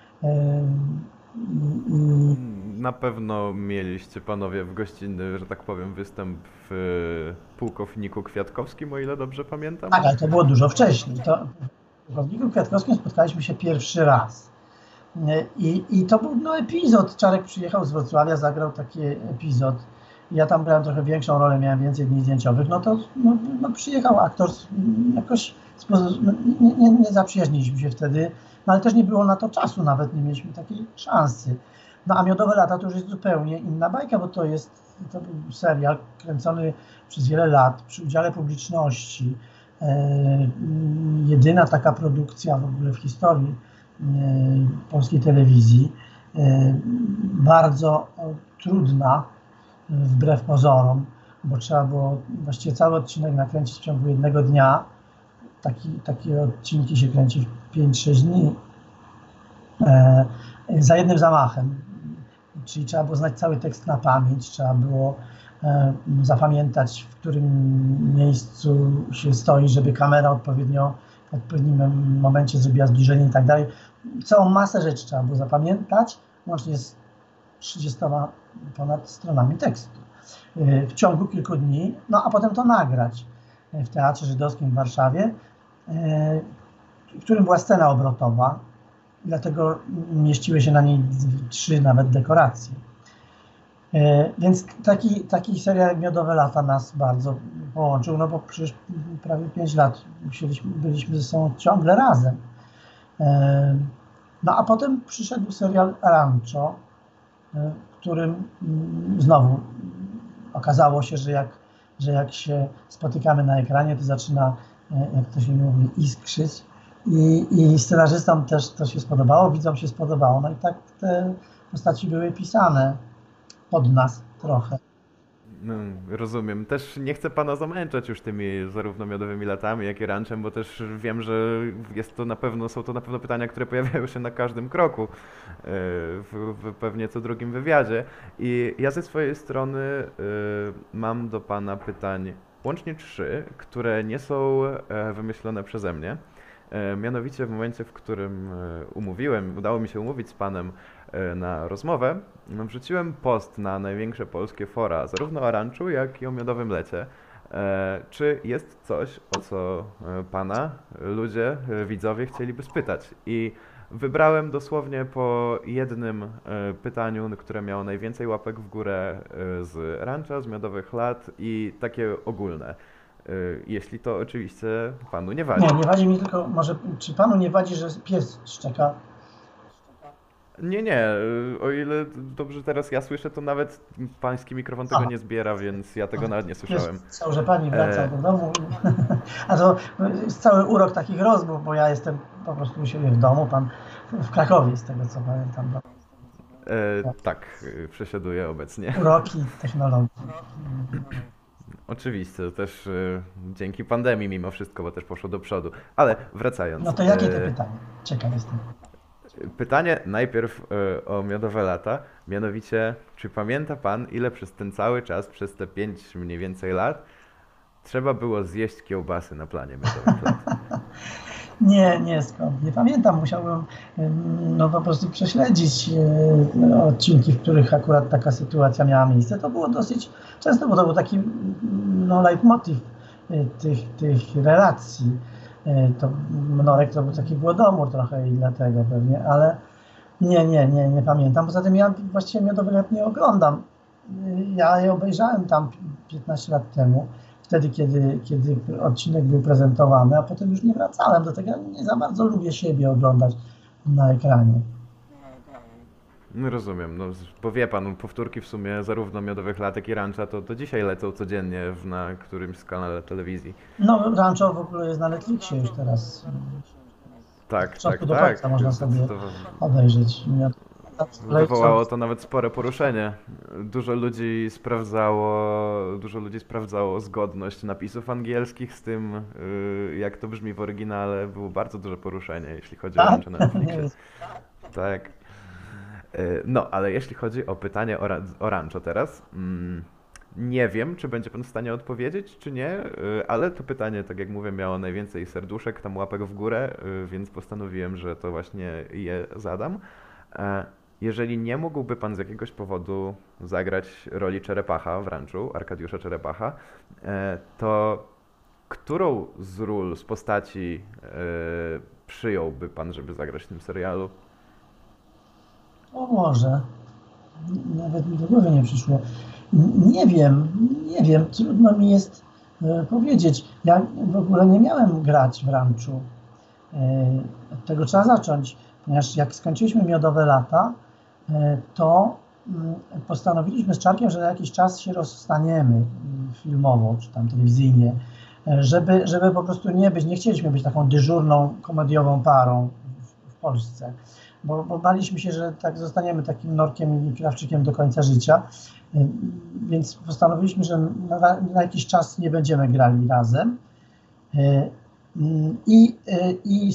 Na pewno mieliście panowie w gościnny, że tak powiem, występ w Pułkowniku Kwiatkowskim, o ile dobrze pamiętam. Tak, ale to było dużo wcześniej. To w Pułkowniku Kwiatkowskim spotkaliśmy się pierwszy raz. I, i to był no, epizod. Czarek przyjechał z Wrocławia, zagrał taki epizod. Ja tam grałem trochę większą rolę, miałem więcej dni zdjęciowych. No to no, no, przyjechał aktor, jakoś no, nie, nie, nie zaprzyjaźniliśmy się wtedy, no, ale też nie było na to czasu, nawet nie mieliśmy takiej szansy. No a Miodowe Lata to już jest zupełnie inna bajka, bo to jest to był serial kręcony przez wiele lat przy udziale publiczności. E, jedyna taka produkcja w ogóle w historii e, polskiej telewizji. E, bardzo e, trudna, e, wbrew pozorom, bo trzeba było właściwie cały odcinek nakręcić w ciągu jednego dnia. Taki, takie odcinki się kręci w pięć sześć dni. E, za jednym zamachem. Czyli trzeba było znać cały tekst na pamięć, trzeba było e, zapamiętać, w którym miejscu się stoi, żeby kamera odpowiednio w odpowiednim momencie zrobiła zbliżenie i tak dalej. Całą masę rzeczy trzeba było zapamiętać, łącznie z trzydziestoma ponad stronami tekstu e, w ciągu kilku dni, no a potem to nagrać w Teatrze Żydowskim w Warszawie, e, w którym była scena obrotowa. Dlatego mieściły się na niej trzy nawet dekoracje. E, więc taki, taki serial jak Miodowe Lata nas bardzo połączył, no bo przecież prawie pięć lat musieliśmy, byliśmy ze sobą ciągle razem. E, no a potem przyszedł serial Rancho, e, którym mm, znowu okazało się, że jak, że jak się spotykamy na ekranie, to zaczyna, jak to się mówi, iskrzyć. I, I scenarzystom też to się spodobało, widzom się spodobało. No i tak te postaci były pisane pod nas trochę. No, rozumiem. Też nie chcę pana zamęczać już tymi zarówno miodowymi latami, jak i ranchem, bo też wiem, że jest to na pewno, są to na pewno pytania, które pojawiają się na każdym kroku, e, w, w pewnie co drugim wywiadzie. I ja ze swojej strony e, mam do pana pytań łącznie trzy, które nie są e, wymyślone przeze mnie. E, Mianowicie w momencie, w którym e, umówiłem, udało mi się umówić z panem e, na rozmowę, no, wrzuciłem post na największe polskie fora, zarówno o ranczu, jak i o miodowym lecie. E, Czy jest coś, o co e, pana ludzie, e, widzowie chcieliby spytać? I wybrałem dosłownie po jednym e, pytaniu, które miało najwięcej łapek w górę e, z rancza, z miodowych lat i takie ogólne. Y, Jeśli to oczywiście panu nie wadzi. Nie, nie wadzi mi tylko, może, czy panu nie wadzi, że pies szczeka? Nie, nie, y, o ile dobrze teraz ja słyszę, to nawet pański mikrofon tego Aha. nie zbiera, więc ja tego nawet nie słyszałem. Jest cały, że pani wraca E. do domu. A to jest cały urok takich rozmów, bo ja jestem po prostu u siebie w domu, pan w Krakowie, z tego co pamiętam. E, tak, y, przesiaduję obecnie. Uroki technologii. Oczywiście, to też y, dzięki pandemii mimo wszystko, bo też poszło do przodu. Ale wracając. No to jakie te e, pytanie? Ciekaw jestem. Pytanie najpierw y, o miodowe lata, mianowicie, czy pamięta pan, ile przez ten cały czas, przez te pięć mniej więcej lat, trzeba było zjeść kiełbasy na planie miodowych lat? Nie, nie, skąd? Nie pamiętam. Musiałbym ym, no, po prostu prześledzić y, odcinki, w których akurat taka sytuacja miała miejsce. To było dosyć często, bo to był taki no, leitmotiv y, tych, tych relacji. Y, to Mnorek to był taki głodomór trochę i dlatego pewnie, ale nie, nie, nie, nie pamiętam. Poza tym ja właściwie Miodowy Lat nie oglądam. Y, Ja je obejrzałem tam piętnaście lat temu. Wtedy, kiedy, kiedy odcinek był prezentowany, a potem już nie wracałem do tego. Ja nie za bardzo lubię siebie oglądać na ekranie. No rozumiem, no, bo wie pan, powtórki w sumie zarówno miodowych lat, jak i rancza to do dzisiaj lecą codziennie w, na którymś z kanale telewizji. No, Rancho w ogóle jest na Netflixie już teraz. Tak, Od tak, początku do tak. końca można sobie zdecydowanie. obejrzeć. Wywołało to nawet spore poruszenie. Dużo ludzi sprawdzało, dużo ludzi sprawdzało zgodność napisów angielskich z tym, y, jak to brzmi w oryginale. Było bardzo duże poruszenie, jeśli chodzi o Tak? ranczo na Nie Netflixie. wiem. Tak. Y, No, ale jeśli chodzi o pytanie o, ra- o ranczo teraz, mm, nie wiem, czy będzie pan w stanie odpowiedzieć, czy nie, y, ale to pytanie, tak jak mówię, miało najwięcej serduszek, tam łapek w górę, y, więc postanowiłem, że to właśnie je zadam. E, Jeżeli nie mógłby pan z jakiegoś powodu zagrać roli Czerepacha w ranczu, Arkadiusza Czerepacha, e, to którą z ról, z postaci e, przyjąłby pan, żeby zagrać w tym serialu? O może. Nawet mi do głowy nie przyszło. N- Nie wiem, nie wiem. Trudno mi jest e, powiedzieć. Ja w ogóle nie miałem grać w Ranchu. E, Od tego trzeba zacząć, ponieważ jak skończyliśmy Miodowe Lata, e, to mm, postanowiliśmy z Czarkiem, że na jakiś czas się rozstaniemy mm, filmowo czy tam telewizyjnie, e, żeby, żeby po prostu nie być, nie chcieliśmy być taką dyżurną, komediową parą w, w Polsce, bo, bo baliśmy się, że tak zostaniemy takim Norkiem i Krawczykiem do końca życia, e, więc postanowiliśmy, że na, na jakiś czas nie będziemy grali razem. E, I, i,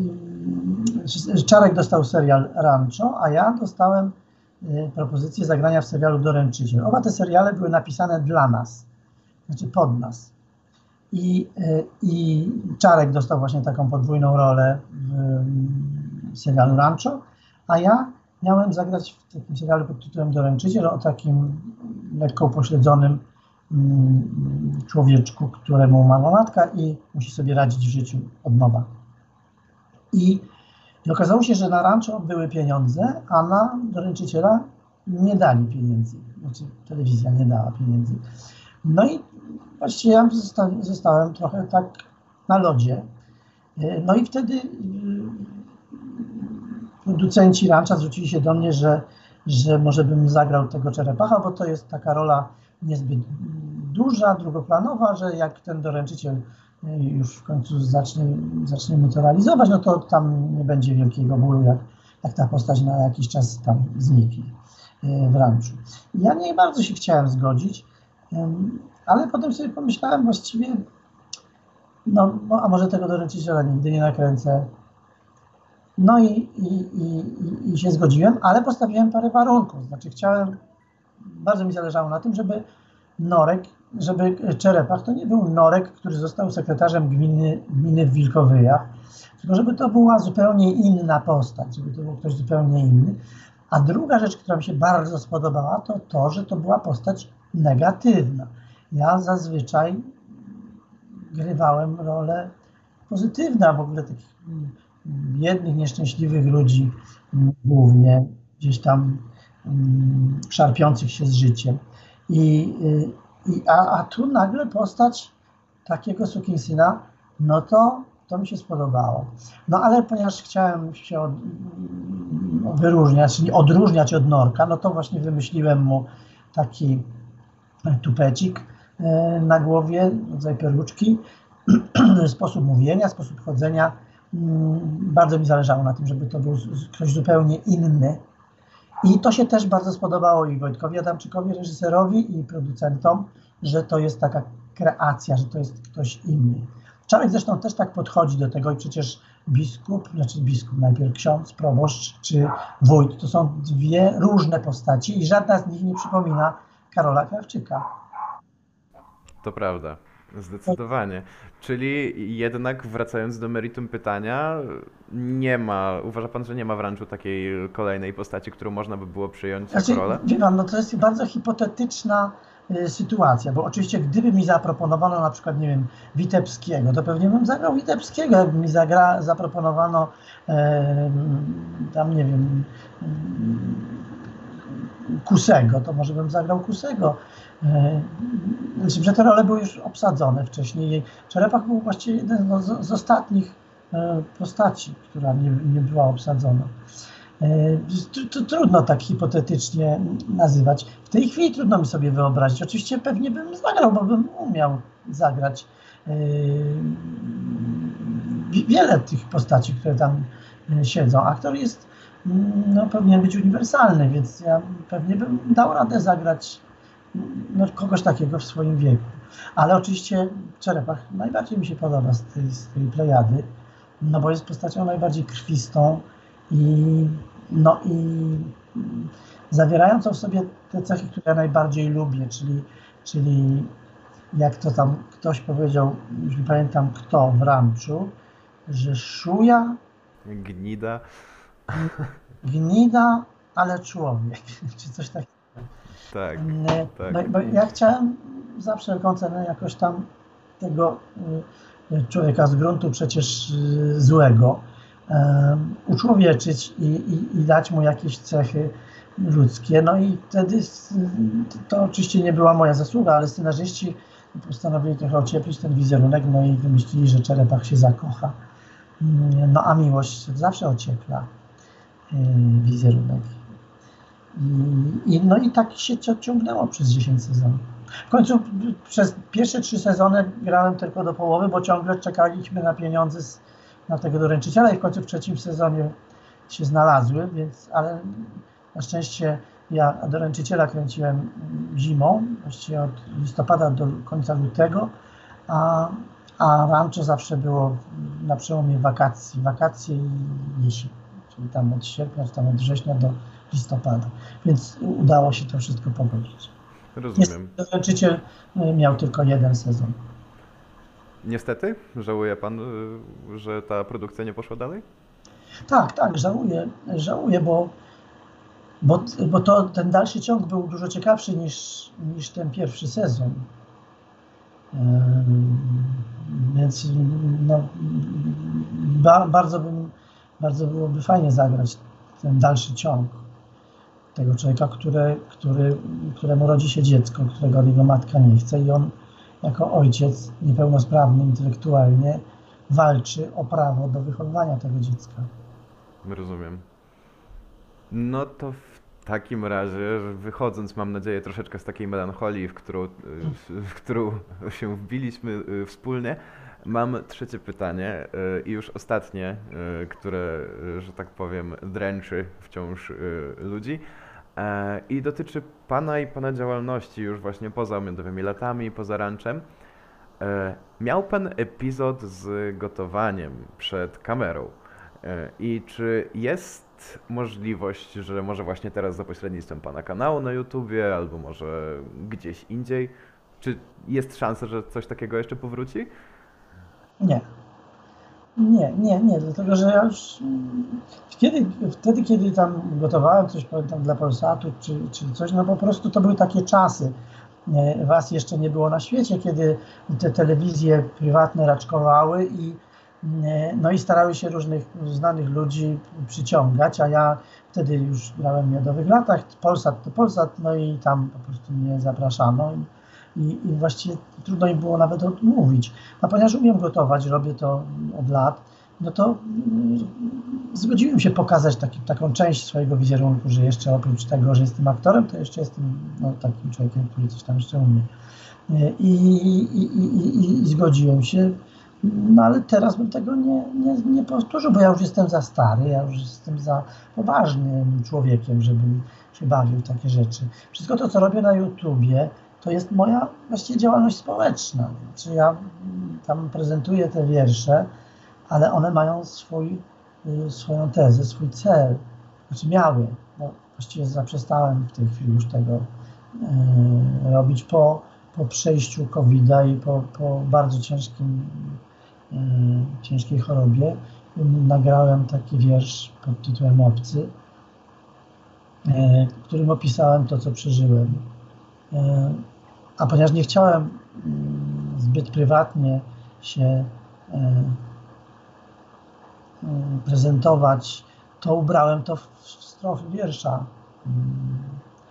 i Czarek dostał serial Rancho, a ja dostałem propozycję zagrania w serialu Doręczyciel. Oba te seriale były napisane dla nas, znaczy pod nas. I, i Czarek dostał właśnie taką podwójną rolę w serialu Rancho, a ja miałem zagrać w takim serialu pod tytułem Doręczyciel o takim lekko upośledzonym człowieczku, któremu umarła matka i musi sobie radzić w życiu od nowa. I, I okazało się, że na Rancho były pieniądze, a na Doręczyciela nie dali pieniędzy. Znaczy telewizja nie dała pieniędzy. No i właściwie ja zosta zostałem trochę tak na lodzie. No i wtedy producenci Rancha zwrócili się do mnie, że że może bym zagrał tego Czerepacha, bo to jest taka rola niezbyt duża, drugoplanowa, że jak ten doręczyciel już w końcu zacznie, zaczniemy to realizować, no to tam nie będzie wielkiego bólu, jak, jak ta postać na jakiś czas tam zniknie w ranczu. Ja nie bardzo się chciałem zgodzić, ale potem sobie pomyślałem właściwie, no a może tego doręczyciela nigdy nie nakręcę. No i, i, i, i się zgodziłem, ale postawiłem parę warunków. Znaczy chciałem, bardzo mi zależało na tym, żeby Norek, żeby Czerepach to nie był Norek, który został sekretarzem gminy, gminy w Wilkowyjach, tylko żeby to była zupełnie inna postać, żeby to był ktoś zupełnie inny. A druga rzecz, która mi się bardzo spodobała, to to, że to była postać negatywna. Ja zazwyczaj grywałem rolę pozytywne, a w ogóle takich biednych, nieszczęśliwych ludzi głównie, gdzieś tam um, szarpiących się z życiem. I, i, a, a tu nagle postać takiego sukinsyna, no to, to mi się spodobało. No ale ponieważ chciałem się od, wyróżniać, czyli odróżniać od Norka, no to właśnie wymyśliłem mu taki tupecik na głowie, rodzaj peruczki, sposób mówienia, sposób chodzenia. Bardzo mi zależało na tym, żeby to był ktoś zupełnie inny. I to się też bardzo spodobało i Wojtkowi Adamczykowi, reżyserowi, i producentom, że to jest taka kreacja, że to jest ktoś inny. Czarek zresztą też tak podchodzi do tego i przecież biskup, znaczy biskup, najpierw ksiądz, proboszcz czy wójt, to są dwie różne postaci i żadna z nich nie przypomina Karola Krawczyka. To prawda, zdecydowanie. Czyli jednak wracając do meritum pytania, nie ma, uważa pan, że nie ma w ranczu takiej kolejnej postaci, którą można by było przyjąć znaczy, jako rolę? Wie pan, no to jest bardzo hipotetyczna y, sytuacja, bo oczywiście gdyby mi zaproponowano na przykład, nie wiem, Witebskiego, to pewnie bym zagrał Witebskiego, jakby mi zagra, zaproponowano y, tam, nie wiem, y, Kusego, to może bym zagrał Kusego. Myślę, że te role były już obsadzone wcześniej. Czerepach był właściwie jeden z, z ostatnich postaci, która nie, nie była obsadzona. To trudno tak hipotetycznie nazywać. W tej chwili trudno mi sobie wyobrazić. Oczywiście pewnie bym zagrał, bo bym umiał zagrać wiele tych postaci, które tam siedzą. Aktor jest, no, powinien być uniwersalny, więc ja pewnie bym dał radę zagrać no, kogoś takiego w swoim wieku. Ale oczywiście Czerepach najbardziej mi się podoba z tej, z tej plejady, no bo jest postacią najbardziej krwistą i, no i zawierającą w sobie te cechy, które ja najbardziej lubię, czyli, czyli jak to tam ktoś powiedział, już nie pamiętam kto w ranczu, że szuja, Gnida. Gnida, ale człowiek, czy coś takiego. Tak, tak. Bo, bo ja chciałem za wszelką cenę jakoś tam tego człowieka z gruntu przecież złego um, uczłowieczyć i, i, i dać mu jakieś cechy ludzkie. No i wtedy to oczywiście nie była moja zasługa, ale scenarzyści postanowili trochę ocieplić ten wizerunek, no i wymyślili, że Czerepach się zakocha. No a miłość zawsze ociepla wizerunek. I, i, no i tak się ciągnęło przez dziesięć sezonów. W końcu przez pierwsze trzy sezony grałem tylko do połowy, bo ciągle czekaliśmy na pieniądze z, na tego doręczyciela i w końcu w trzecim sezonie się znalazły, więc, ale na szczęście ja doręczyciela kręciłem zimą, właściwie od listopada do końca lutego, a, a rancho zawsze było na przełomie wakacji, wakacje i jesień, czyli tam od sierpnia, czy tam od września do listopada, więc udało się to wszystko pogodzić. Rozumiem. Doręczyciel miał tylko jeden sezon. Niestety? Żałuje pan, że ta produkcja nie poszła dalej? Tak, tak, żałuję, żałuję, bo, bo, bo to, ten dalszy ciąg był dużo ciekawszy niż, niż ten pierwszy sezon. Więc no, ba, bardzo, bym, bardzo byłoby fajnie zagrać ten dalszy ciąg tego człowieka, który, który, któremu rodzi się dziecko, którego jego matka nie chce i on jako ojciec niepełnosprawny intelektualnie walczy o prawo do wychowywania tego dziecka. Rozumiem. No to w takim razie, że wychodząc, mam nadzieję, troszeczkę z takiej melancholii, w którą, w którą się wbiliśmy y, wspólnie, mam trzecie pytanie y, i już ostatnie, y, które, y, że tak powiem, dręczy wciąż y, ludzi. E, I dotyczy Pana i Pana działalności już właśnie poza miodowymi latami, poza ranchem. E, Miał Pan epizod z gotowaniem przed kamerą. E, I czy jest możliwość, że może właśnie teraz za pośrednictwem Pana kanału na YouTubie, albo może gdzieś indziej, czy jest szansa, że coś takiego jeszcze powróci? Nie. Nie, nie, nie, dlatego że ja już mm, kiedy, wtedy, kiedy tam gotowałem coś, pamiętam, dla Polsatu czy, czy coś, no po prostu to były takie czasy. E, Was jeszcze nie było na świecie, kiedy te telewizje prywatne raczkowały i, e, no i starały się różnych znanych ludzi przyciągać, a ja wtedy już grałem w Miodowych Latach, Polsat to Polsat, no i tam po prostu mnie zapraszano. I, i, i właściwie trudno im było nawet odmówić. A ponieważ umiem gotować, robię to od lat, no to mm, zgodziłem się pokazać taki, taką część swojego wizerunku, że jeszcze oprócz tego, że jestem aktorem, to jeszcze jestem no, takim człowiekiem, który coś tam jeszcze umie. I, i, i, i, i zgodziłem się, no ale teraz bym tego nie, nie, nie powtórzył, bo ja już jestem za stary, ja już jestem za poważnym człowiekiem, żebym się bawił w takie rzeczy. Wszystko to, co robię na YouTubie, to jest moja właściwie działalność społeczna. Znaczy ja tam prezentuję te wiersze, ale one mają swój, swoją tezę, swój cel. Znaczy miały, bo właściwie zaprzestałem w tej chwili już tego e, robić po, po przejściu kowida i po, po bardzo ciężkim, e, ciężkiej chorobie. Nagrałem taki wiersz pod tytułem Obcy, e, w którym opisałem to, co przeżyłem. E, A ponieważ nie chciałem mm, zbyt prywatnie się e, e, prezentować, to ubrałem to w strofy wiersza mm,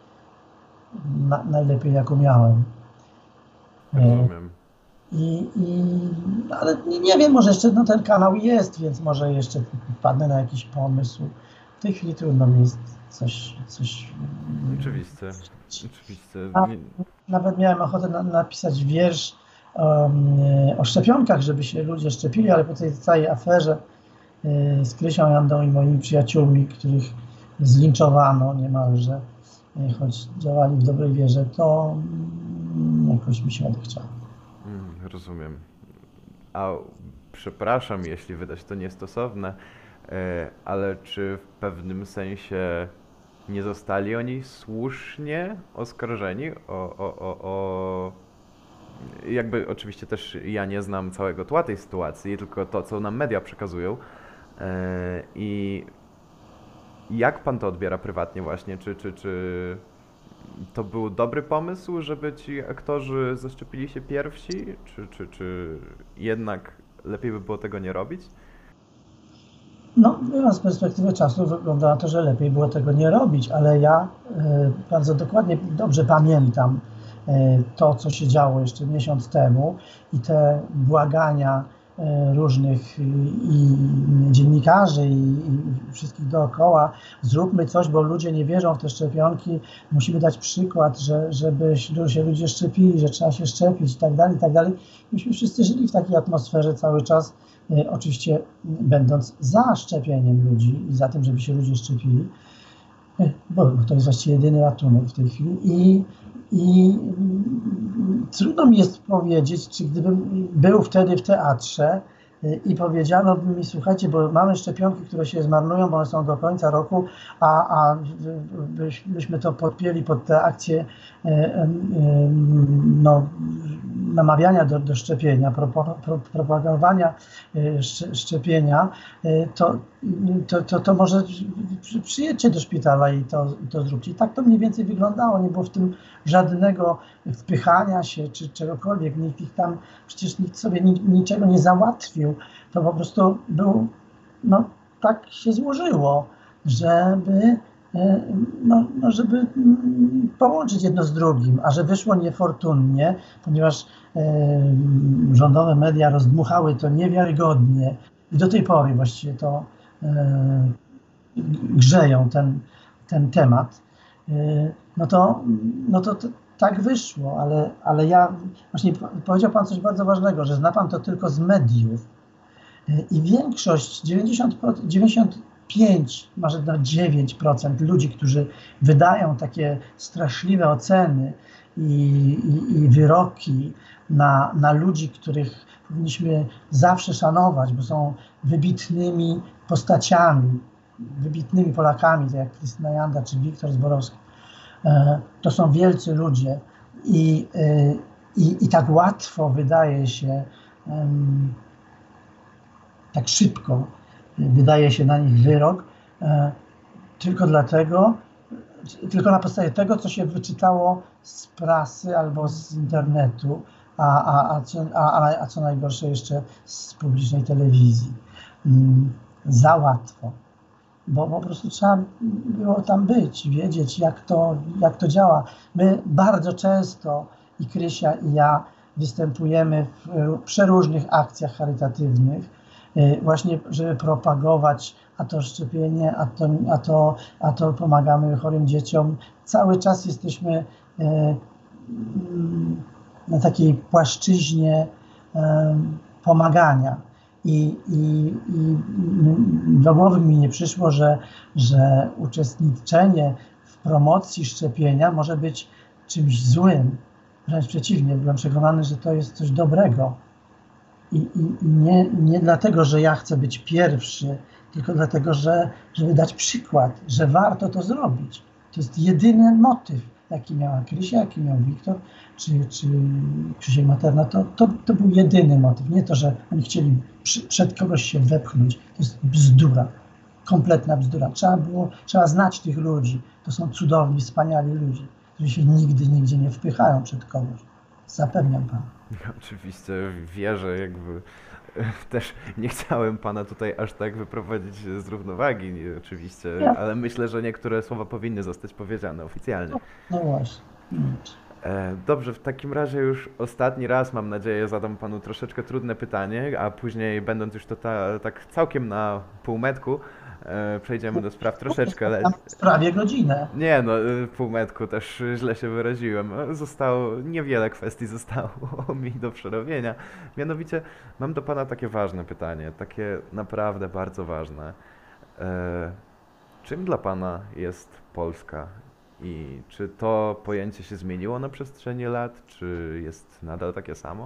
na, najlepiej jak umiałem. E, Rozumiem. I, i, ale nie, nie wiem, może jeszcze no, ten kanał jest, więc może jeszcze wpadnę na jakiś pomysł. W tej chwili trudno mi jest coś, coś Oczywiste. Oczywiste. A Nie- nawet miałem ochotę na, napisać wiersz um, o szczepionkach, żeby się ludzie szczepili, ale po tej całej aferze y, z Krysią Jandą i moimi przyjaciółmi, których zlinczowano niemalże, y, choć działali w dobrej wierze, to mm, jakoś mi się odechciało. Mm, rozumiem. A przepraszam, jeśli wydać to niestosowne, e, ale czy w pewnym sensie nie zostali oni słusznie oskarżeni o, o, o, o... Jakby oczywiście też ja nie znam całego tła tej sytuacji, tylko to, co nam media przekazują. E, I jak pan to odbiera prywatnie właśnie? Czy, czy, czy to był dobry pomysł, żeby ci aktorzy zaszczepili się pierwsi? Czy, czy, czy jednak lepiej by było tego nie robić? No, biorąc z perspektywy czasu, wygląda na to, że lepiej było tego nie robić, ale ja e, bardzo dokładnie, dobrze pamiętam e, to, co się działo jeszcze miesiąc temu i te błagania e, różnych i, i dziennikarzy i, i wszystkich dookoła, zróbmy coś, bo ludzie nie wierzą w te szczepionki, musimy dać przykład, że, żeby się ludzie szczepili, że trzeba się szczepić i tak dalej, i tak dalej. Myśmy wszyscy żyli w takiej atmosferze cały czas, e, oczywiście będąc za szczepieniem ludzi i za tym, żeby się ludzie szczepili, e, bo, bo to jest właściwie jedyny ratunek w tej chwili i, i mm, trudno mi jest powiedzieć, czy gdybym był wtedy w teatrze e, i powiedziano by mi, słuchajcie, bo mamy szczepionki, które się zmarnują, bo one są do końca roku, a, a byś, byśmy to podpięli pod te akcje e, e, no, namawiania do, do szczepienia, propo, pro, propagowania e, sz, szczepienia, e, to, to, to, to może przy, przyjedźcie do szpitala i to, i to zróbcie. I tak to mniej więcej wyglądało, nie było w tym żadnego wpychania się czy czegokolwiek, nikt ich tam, przecież nikt sobie ni, niczego nie załatwił, to po prostu był, no tak się złożyło, żeby No, no żeby mm, połączyć jedno z drugim, a że wyszło niefortunnie, ponieważ e, rządowe media rozdmuchały to niewiarygodnie i do tej pory właściwie to e, grzeją ten, ten temat, no to, no to, to tak wyszło, ale, ale ja, właśnie powiedział Pan coś bardzo ważnego, że zna Pan to tylko z mediów i większość, dziewięćdziesiąt procent, dziewięćdziesiąt pięć, może nawet dziewięć procent ludzi, którzy wydają takie straszliwe oceny i, i, i wyroki na, na ludzi, których powinniśmy zawsze szanować, bo są wybitnymi postaciami, wybitnymi Polakami, tak jak Krystyna Janda czy Wiktor Zborowski. To są wielcy ludzie i, i, i tak łatwo wydaje się, tak szybko wydaje się na nich wyrok, tylko dlatego, tylko na podstawie tego, co się wyczytało z prasy albo z internetu, a, a, a, co, a, a co najgorsze jeszcze z publicznej telewizji. Za łatwo. Bo po prostu trzeba było tam być, wiedzieć, jak to, jak to działa. My bardzo często, i Krysia, i ja, występujemy w przeróżnych akcjach charytatywnych, właśnie żeby propagować a to szczepienie, a to, a to, a to pomagamy chorym dzieciom. Cały czas jesteśmy na takiej płaszczyźnie pomagania. I, i, i do głowy mi nie przyszło, że, że uczestniczenie w promocji szczepienia może być czymś złym. Wręcz przeciwnie, byłem przekonany, że to jest coś dobrego. I, i, i nie, nie dlatego, że ja chcę być pierwszy, tylko dlatego, że, żeby dać przykład, że warto to zrobić. To jest jedyny motyw, jaki miała Krysia, jaki miał Wiktor, czy, czy Krzysiek Materna. To, to, to był jedyny motyw. Nie to, że oni chcieli przy, przed kogoś się wepchnąć. To jest bzdura. Kompletna bzdura. Trzeba było, trzeba znać tych ludzi. To są cudowni, wspaniali ludzie, którzy się nigdy, nigdzie nie wpychają przed kogoś. Zapewniam Pana. Oczywiście wierzę, jakby też nie chciałem Pana tutaj aż tak wyprowadzić z równowagi, nie, oczywiście, ja. Ale myślę, że niektóre słowa powinny zostać powiedziane oficjalnie. No, no właśnie. E, dobrze, w takim razie już ostatni raz, mam nadzieję, zadam Panu troszeczkę trudne pytanie, a później, będąc już to ta, tak całkiem na półmetku, e, przejdziemy do spraw troszeczkę lepszych. Prawie godzinę. Nie no, półmetku też źle się wyraziłem. Zostało, niewiele kwestii zostało mi do przerobienia. Mianowicie mam do Pana takie ważne pytanie, takie naprawdę bardzo ważne. E, czym dla Pana jest Polska? I czy to pojęcie się zmieniło na przestrzeni lat, czy jest nadal takie samo?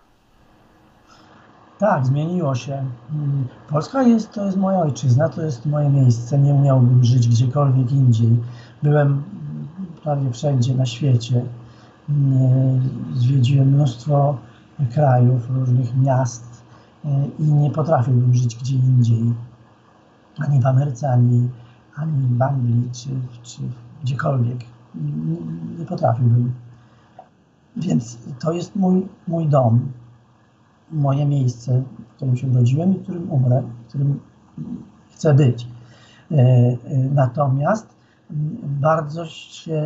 Tak, zmieniło się. Polska jest, to jest moja ojczyzna, to jest moje miejsce. Nie umiałbym żyć gdziekolwiek indziej. Byłem prawie wszędzie na świecie. Zwiedziłem mnóstwo krajów, różnych miast i nie potrafiłbym żyć gdzie indziej. Ani w Ameryce, ani, ani w Anglii, czy, czy gdziekolwiek. Nie, nie potrafiłbym. Więc to jest mój, mój dom. Moje miejsce, w którym się urodziłem i w którym umrę, w którym chcę być. Natomiast bardzo się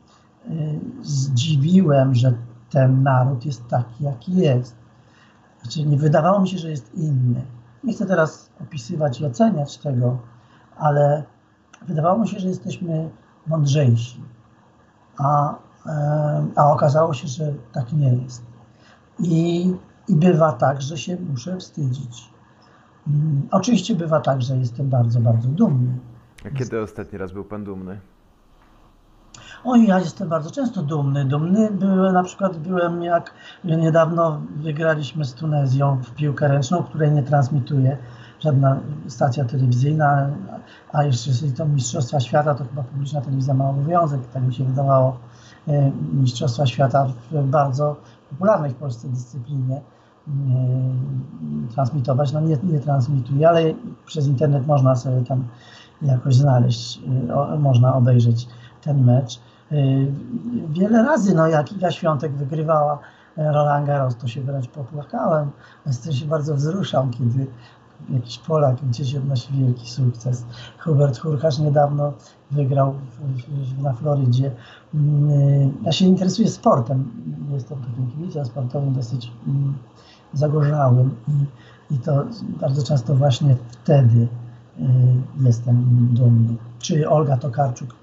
zdziwiłem, że ten naród jest taki, jaki jest. Znaczy, nie wydawało mi się, że jest inny. Nie chcę teraz opisywać i oceniać tego, ale wydawało mi się, że jesteśmy mądrzejsi. A, a okazało się, że tak nie jest. I I bywa tak, że się muszę wstydzić. Hmm, oczywiście bywa tak, że jestem bardzo, bardzo dumny. A kiedy ostatni raz był Pan dumny? Oj, ja jestem bardzo często dumny. Dumny byłem, na przykład byłem, jak niedawno wygraliśmy z Tunezją w piłkę ręczną, której nie transmituje żadna stacja telewizyjna, a jeszcze jeśli to Mistrzostwa Świata, to chyba publiczna telewizja ma obowiązek, tak mi się wydawało, Mistrzostwa Świata w bardzo popularnej w Polsce dyscyplinie transmitować. No nie, nie transmituje, ale przez internet można sobie tam jakoś znaleźć, o, można obejrzeć ten mecz. Wiele razy, no jak Iga Świątek wygrywała Roland Garros, to się wręcz popłakałem. Jestem się bardzo wzruszał, kiedy jakiś Polak gdzieś odnosi wielki sukces. Hubert Hurkacz niedawno wygrał w, w, na Florydzie. Ja się interesuję sportem. Jestem takim kibicem sportowym dosyć um, zagorzałym i, i to bardzo często właśnie wtedy y, jestem dumny. Czy Olga Tokarczuk,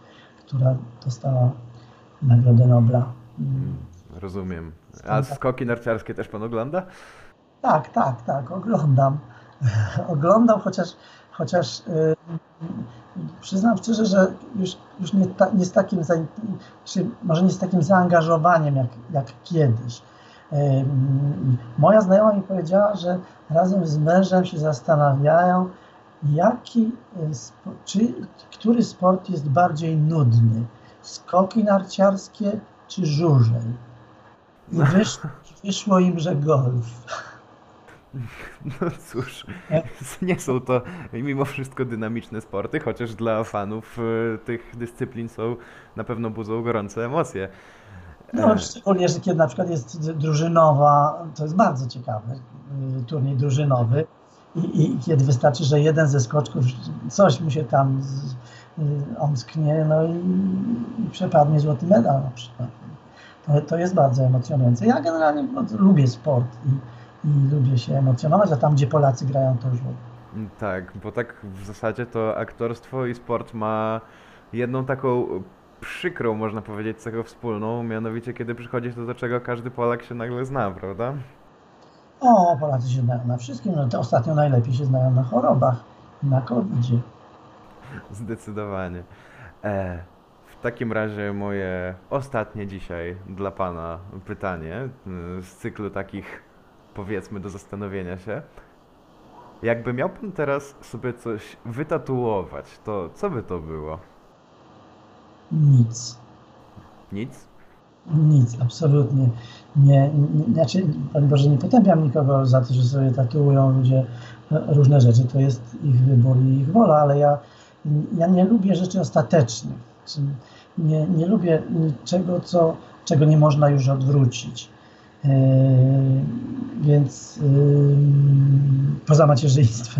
która dostała Nagrodę Nobla. Mm, rozumiem. A skoki narciarskie też pan ogląda? Tak, tak, tak, oglądam. Oglądam, chociaż, chociaż yy, przyznam szczerze, że już, już nie, ta, nie z takim, zain- czy może nie z takim zaangażowaniem jak, jak kiedyś. Yy, moja znajoma mi powiedziała, że razem z mężem się zastanawiają, jaki, yy, spo, czy, który sport jest bardziej nudny. Skoki narciarskie czy żużel? I wyszło, wyszło im, że golf. No cóż, nie są to mimo wszystko dynamiczne sporty, chociaż dla fanów y, tych dyscyplin są na pewno budzą gorące emocje. No, szczególnie, że kiedy na przykład jest drużynowa, to jest bardzo ciekawe, y, turniej drużynowy i, i kiedy wystarczy, że jeden ze skoczków coś mu się tam z, y, omsknie, no i, i przepadnie złoty medal na przykład. To, to jest bardzo emocjonujące. Ja generalnie bardzo lubię sport i, i lubię się emocjonować, a tam, gdzie Polacy grają, to już w ogóle. Tak, bo tak w zasadzie to aktorstwo i sport ma jedną taką przykrą, można powiedzieć, cechę wspólną, mianowicie kiedy przychodzi to, do czego każdy Polak się nagle zna, prawda? O, Polacy się znają na wszystkim, no to ostatnio najlepiej się znają na chorobach, na kowidzie. Zdecydowanie. E, w takim razie moje ostatnie dzisiaj dla Pana pytanie y, z cyklu takich, powiedzmy, do zastanowienia się. Jakby miał Pan teraz sobie coś wytatuować, to co by to było? Nic. Nic? Nic, absolutnie. Nie, nie, znaczy, Panie Boże, nie potępiam nikogo za to, że sobie tatuują ludzie różne rzeczy. To jest ich wybór i ich wola, ale ja, ja nie lubię rzeczy ostatecznych. Nie, nie lubię niczego, co, czego nie można już odwrócić. Yy, więc yy, poza macierzyństwem.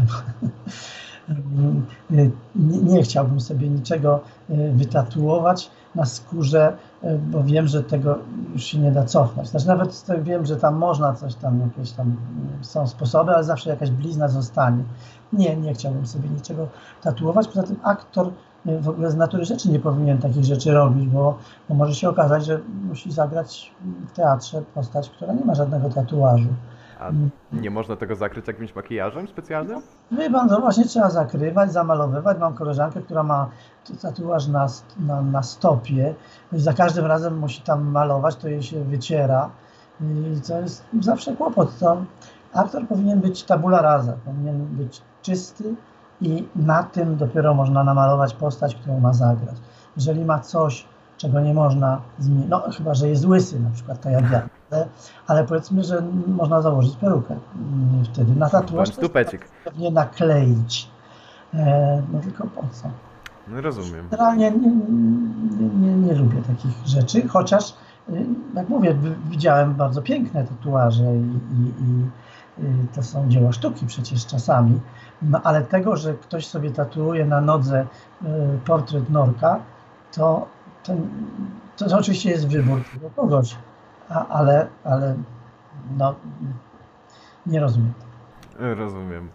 Nie, nie chciałbym sobie niczego wytatuować na skórze, bo wiem, że tego już się nie da cofnąć. Znaczy nawet wiem, że tam można coś tam, jakieś tam są sposoby, ale zawsze jakaś blizna zostanie. Nie, nie chciałbym sobie niczego tatuować. Poza tym aktor w ogóle z natury rzeczy nie powinien takich rzeczy robić, bo, bo może się okazać, że musi zagrać w teatrze postać, która nie ma żadnego tatuażu. A nie można tego zakryć jakimś makijażem specjalnym? Wie pan, to właśnie trzeba zakrywać, zamalowywać. Mam koleżankę, która ma tatuaż na, na, na stopie i za każdym razem musi tam malować, to jej się wyciera i to jest zawsze kłopot. To aktor powinien być tabula rasa, powinien być czysty i na tym dopiero można namalować postać, którą ma zagrać. Jeżeli ma coś, czego nie można zmienić, no chyba, że jest łysy, na przykład tak jak ja, ale, ale powiedzmy, że można założyć perukę wtedy na tatuaż, pewnie nakleić, e, no tylko po co? No rozumiem. Generalnie nie, nie, nie, nie lubię takich rzeczy, chociaż jak mówię, widziałem bardzo piękne tatuaże i, i, i to są dzieła sztuki przecież czasami, no ale tego, że ktoś sobie tatuuje na nodze portret Norka, to To, to oczywiście jest wybór tego kogoś, a, ale, ale no, nie rozumiem. Rozumiem.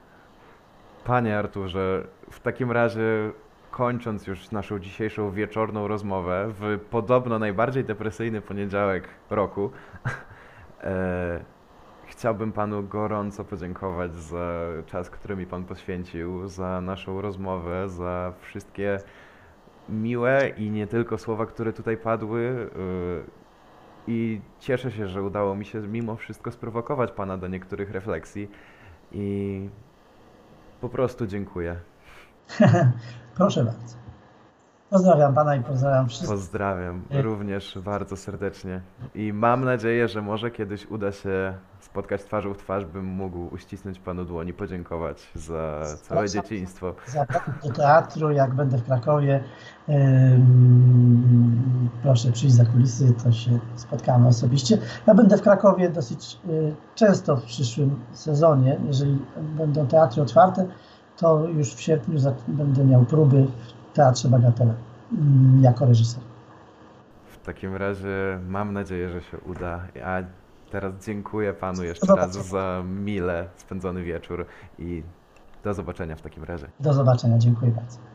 Panie Arturze, w takim razie kończąc już naszą dzisiejszą wieczorną rozmowę w podobno najbardziej depresyjny poniedziałek roku, e, chciałbym Panu gorąco podziękować za czas, który mi Pan poświęcił, za naszą rozmowę, za wszystkie miłe i nie tylko słowa, które tutaj padły i cieszę się, że udało mi się mimo wszystko sprowokować Pana do niektórych refleksji i po prostu dziękuję. Proszę bardzo. Pozdrawiam Pana i pozdrawiam wszystkich. Pozdrawiam również bardzo serdecznie i mam nadzieję, że może kiedyś uda się spotkać twarzą w twarz, bym mógł uścisnąć Panu dłoń i podziękować za całe dzieciństwo. Zapraszam do teatru, jak będę w Krakowie. Ym, proszę przyjść za kulisy, to się spotkamy osobiście. Ja będę w Krakowie dosyć y, często w przyszłym sezonie. Jeżeli będą teatry otwarte, to już w sierpniu będę miał próby w Teatrze Bagatela jako reżyser. W takim razie mam nadzieję, że się uda. A teraz dziękuję Panu jeszcze raz za mile spędzony wieczór i do zobaczenia w takim razie. Do zobaczenia, dziękuję bardzo.